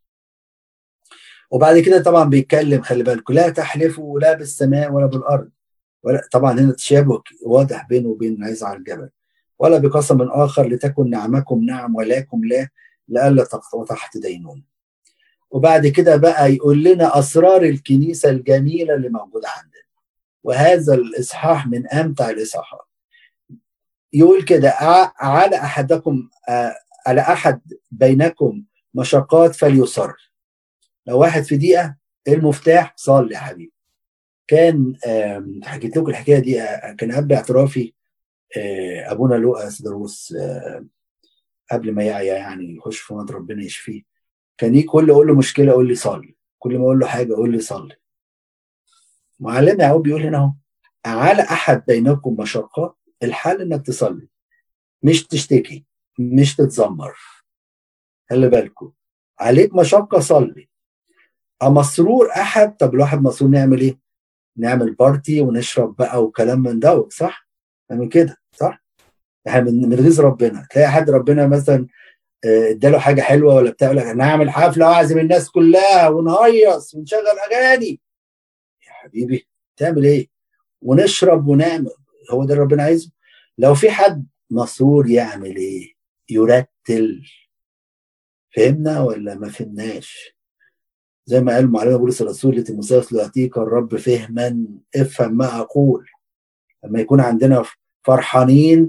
Speaker 1: وبعد كده طبعا بيتكلم، خلي بالكم لا تحلفوا لا بالسماء ولا بالارض، ولا طبعا هنا تشابه واضح بينه وبين عيسى على الجبل، ولا بقسم اخر لتكن نعمكم نعم ولكم لا لئلا تقطعوا تحت دينون. وبعد كده بقى يقول لنا اسرار الكنيسه الجميله اللي موجوده عندنا، وهذا الاصحاح من امتع الاصحاحات. يقول كده على احدكم على احد بينكم مشقات فليصر. لو واحد في دقيقه، المفتاح صلي يا حبيبي. كان حكيت لكم الحكايه دي، كان قبل اعترافي ابونا لوقا سدروس قبل ما يعيا يعني يخش في مرض ربنا يشفيه، كان يجي كل اقول له مشكله اقول لي صلي، كل ما اقول له حاجه اقول لي صلي. معلم يعقوب بيقول هنا اهو على احد بينكم مشقات، الحل انك تصلي، مش تشتكي، مش تتذمر. خلي بالكم عليك مشقه صلي. مسرور احد، طب الواحد مسرور نعمل ايه؟ نعمل بارتي ونشرب بقى وكلام من دوت، صح؟ نعمل كده صح؟ احنا بنغيظ ربنا. تلاقي حد ربنا مثلا اداله حاجه حلوه ولا بتاع، يقول لك انا هعمل حفله واعزم الناس كلها ونهيص ونشغل اغاني. يا حبيبي تعمل ايه؟ ونشرب ونعمل، هو ده اللي ربنا عايزه؟ لو في حد مسرور يعمل ايه؟ يرتل. فهمنا ولا ما فهمناش؟ زي ما قال معلم بولس الرسول لتيموثاوس يعطيك الرب فهما افهم ما اقول. لما يكون عندنا فرحانين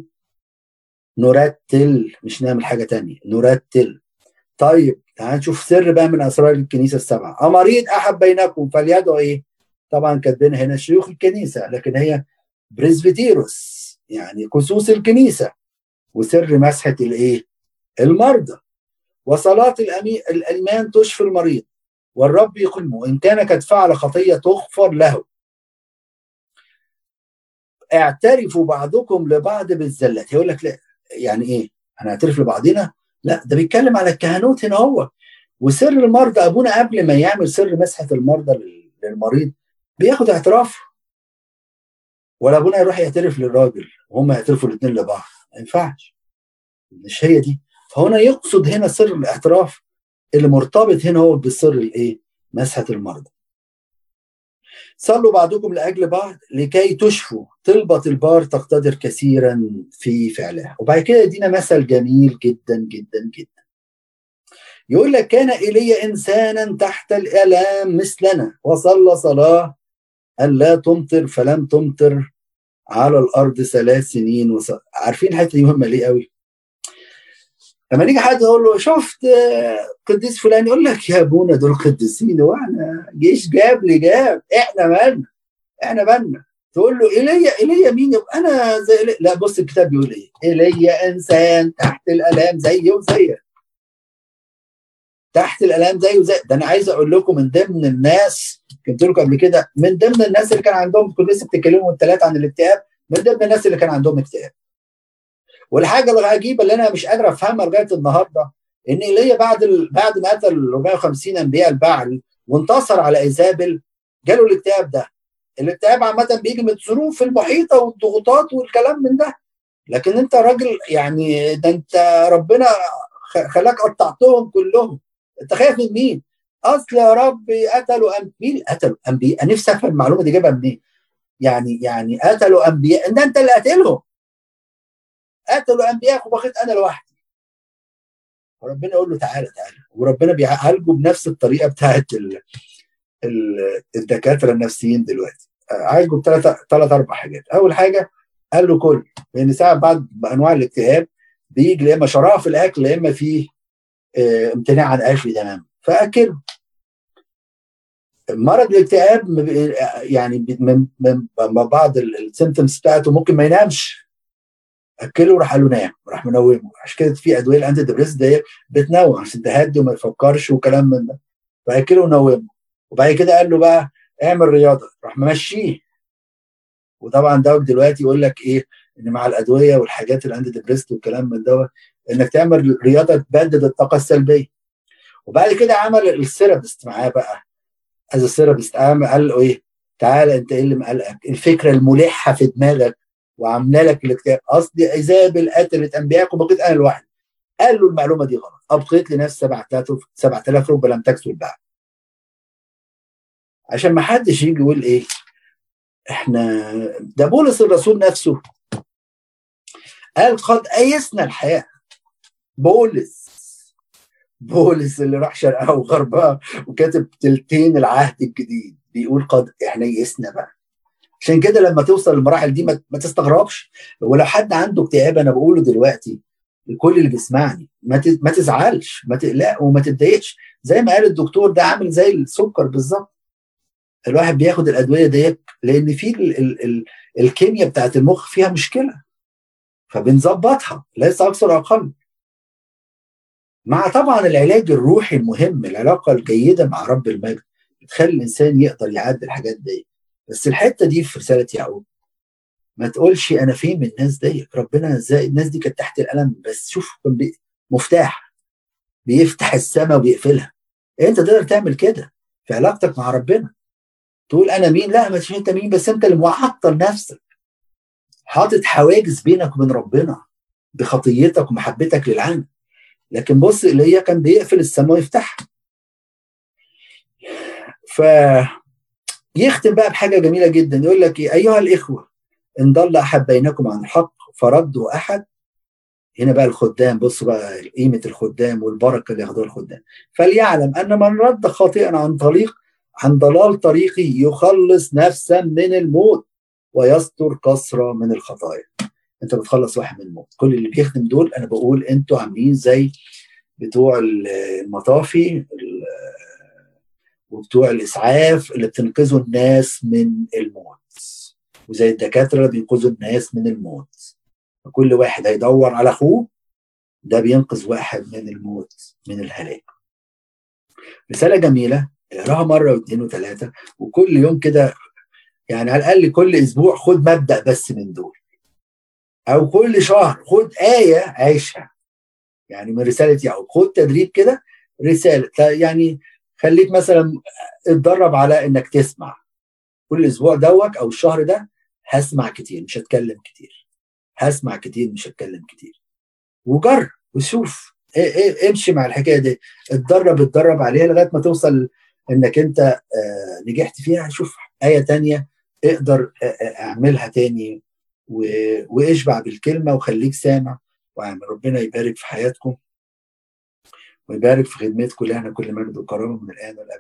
Speaker 1: نرتل، مش نعمل حاجه تانية، نرتل. طيب تعال نشوف سر بقى من اسرار الكنيسه السبعه. امريض احد بينكم فليدعو ايه؟ طبعا كاتبينها هنا شيوخ الكنيسه، لكن هي بريسبيتيروس يعني خصوص الكنيسه. وسر مسحه الايه؟ المرضى. وصلاه الايمان تشفي المريض والرب يقيمه، ان كان قد فعل خطيه تغفر له. اعترفوا بعضكم لبعض بالزلات. يقول لك لا، يعني ايه هنعترف لبعضنا؟ لا، ده بيتكلم على الكهنوت هنا هو. وسر المرضى، ابونا قبل ما يعمل سر مسحه المرضى للمريض بياخد اعتراف، ولا ابونا يروح يعترف للراجل وهم يعترفوا الاثنين لبعض؟ ما ينفعش، مش هي دي. فهنا يقصد هنا سر الاعتراف اللي مرتبط هنا هو بالسر الايه؟ مسحه المرضى. صلوا بعضكم لاجل بعض لكي تشفوا، طلبة البار تقتدر كثيرا في فعلها. وبعد كده يدينا مثل جميل جدا جدا جدا، يقول لك كان ايليا انسانا تحت الالام مثلنا وصلى صلاه ان لا تمطر فلم تمطر على الارض 3 سنين. عارفين الحته دي مهمه ليه قوي؟ لما نيجي حد يقول له شفت قديس فلان، يقول لك يا ابونا دول قديسين، واحنا جيش جاب لي جاب، احنا مالنا، احنا مالنا. تقول له ايليا مين؟ يبقى انا زي إيليا. لا بص الكتاب بيقول ايه، ايليا انسان تحت الالام زيه وزيك، تحت الالام زيه وزي ده. انا عايز اقول لكم من ضمن الناس، كنت لكم قبل كده، من ضمن الناس اللي كان عندهم، كنت لسه بتتكلموا الثلاثه عن الاكتئاب، من ضمن الناس اللي كان عندهم اكتئاب. والحاجه العجيبه اللي انا مش قادر افهمها لغايه النهارده، ان ايليا بعد ما قتل 450 انبياء البعل وانتصر على ايزابل، جاله الاكتئاب ده. الاكتئاب عامه بيجي من الظروف المحيطه والضغوطات والكلام من ده، لكن انت راجل يعني، ده انت ربنا خلاك قطعتهم كلهم، انت خايف من مين؟ اصل يا ربي قتلوا مين قتلوا انبياء؟ انا نفسي افهم المعلومه دي جايبها منين. يعني قتلوا انبياء، ده انت اللي قاتلهم، قتلوا انبياء وبقيت انا لوحدي. وربنا يقول له تعالى تعالى، وربنا بيعالجه بنفس الطريقه بتاعت الدكاتره النفسيين دلوقتي. عالجه بثلاث اربع حاجات. اول حاجه قال له كل، لان ساعات بعض انواع الاكتئاب بيجي يا اما شراهه في الاكل يا اما فيه امتناع عن اكل تماما، فاكله. مرض الاكتئاب يعني من بعض السيمتومز بتاعته ممكن ما ينامش، اكله راح قال له نام، راح منومه. عشان كده في ادويه الانتي ديبريس دي بتنوم عشان تهدي وما يفكرش وكلام من ده، فاكله ونومه. وبعد كده قال له بقى اعمل رياضه، راح ممشيه. وطبعا ده دلوقتي يقول لك ايه، ان مع الادويه والحاجات الانتي ديبريس والكلام من ده، انك تعمل رياضه تبدد الطاقه السلبيه. وبعد كده عمل الثيرابيست معاه بقى، از الثيرابيست قال له ايه، تعالى انت ايه اللي مقلقك؟ الفكره الملحه في دماغك وعامله لك الاكتئاب، قصدي ايزابل قتلت انبياء وبقيت انا لوحدي. قال له المعلومه دي غلط، ابقيت لنفسي 7000 رب لم تكسر بعد. عشان ما حدش يجي يقول ايه احنا، ده بولس الرسول نفسه قال قد ايسنا الحياه. بولس اللي راح شرقها وغربها وكاتب تلتين العهد الجديد بيقول قد احنا يئسنا بقى. عشان كده لما توصل للمراحل دي ما تستغربش. ولو حد عنده اكتئاب، انا بقوله دلوقتي لكل اللي بيسمعني، ما تزعلش، ما تقلق وما تتضايقش. زي ما قال الدكتور، ده عامل زي السكر بالظبط. الواحد بياخد الادويه ديت لان في الكيمياء بتاعت المخ فيها مشكله، فبنظبطها ليس اكثر او اقل. مع طبعا العلاج الروحي المهم، العلاقه الجيده مع رب المجد بتخلي الانسان يقدر يعدي الحاجات دي. بس الحته دي في رساله يعقوب، ما تقولش انا فين من الناس دي، ربنا ازاي الناس دي كانت تحت الالم، بس شوف مفتاح بيفتح السماء وبيقفلها. انت تقدر تعمل كده في علاقتك مع ربنا. تقول انا مين؟ لا ما تشوف انت مين، بس انت اللي معطل نفسك، حاطط حواجز بينك وبين ربنا بخطيتك ومحبتك للعالم. لكن بص ايليا كان بيقفل السماء ويفتحها. فيختم بقى بحاجه جميله جدا، يقول لك ايه، ايها الاخوه ان ضل احد بينكم عن الحق فرده احد. هنا بقى الخدام، بصوا بقى قيمه الخدام والبركه اللي ياخدوها الخدام. فليعلم ان من رد خاطئا عن ضلال طريقي يخلص نفسا من الموت ويستر كثره من الخطايا. انت بتخلص واحد من الموت. كل اللي بيخدم دول انا بقول انتوا عاملين زي بتوع المطافي وبتوع الاسعاف اللي بتنقذوا الناس من الموت، وزي الدكاتره اللي بينقذوا الناس من الموت. فكل واحد هيدور على اخوه، ده بينقذ واحد من الموت، من الهلاك. رساله جميله، اقراها مره واثنين وثلاثه، وكل يوم كده، يعني على الاقل كل اسبوع خد مبدا بس من دول، او كل شهر خد ايه عيشها. يعني من رساله يعقوب خد تدريب كده، رساله يعني. خليك مثلا اتدرب على انك تسمع كل اسبوع دوك او الشهر ده، هسمع كتير مش هتكلم كتير، هسمع كتير مش هتكلم كتير. وجرب وشوف امشي مع الحكايه دي، اتدرب عليها لغايه ما توصل انك انت نجحت فيها. شوف آية تانية اقدر اعملها تاني، واشبع بالكلمة وخليك سامع واعمل. ربنا يبارك في حياتكم ويبارك في خدمتكم. لنا كل مجد وكرامة من الآن والأبد.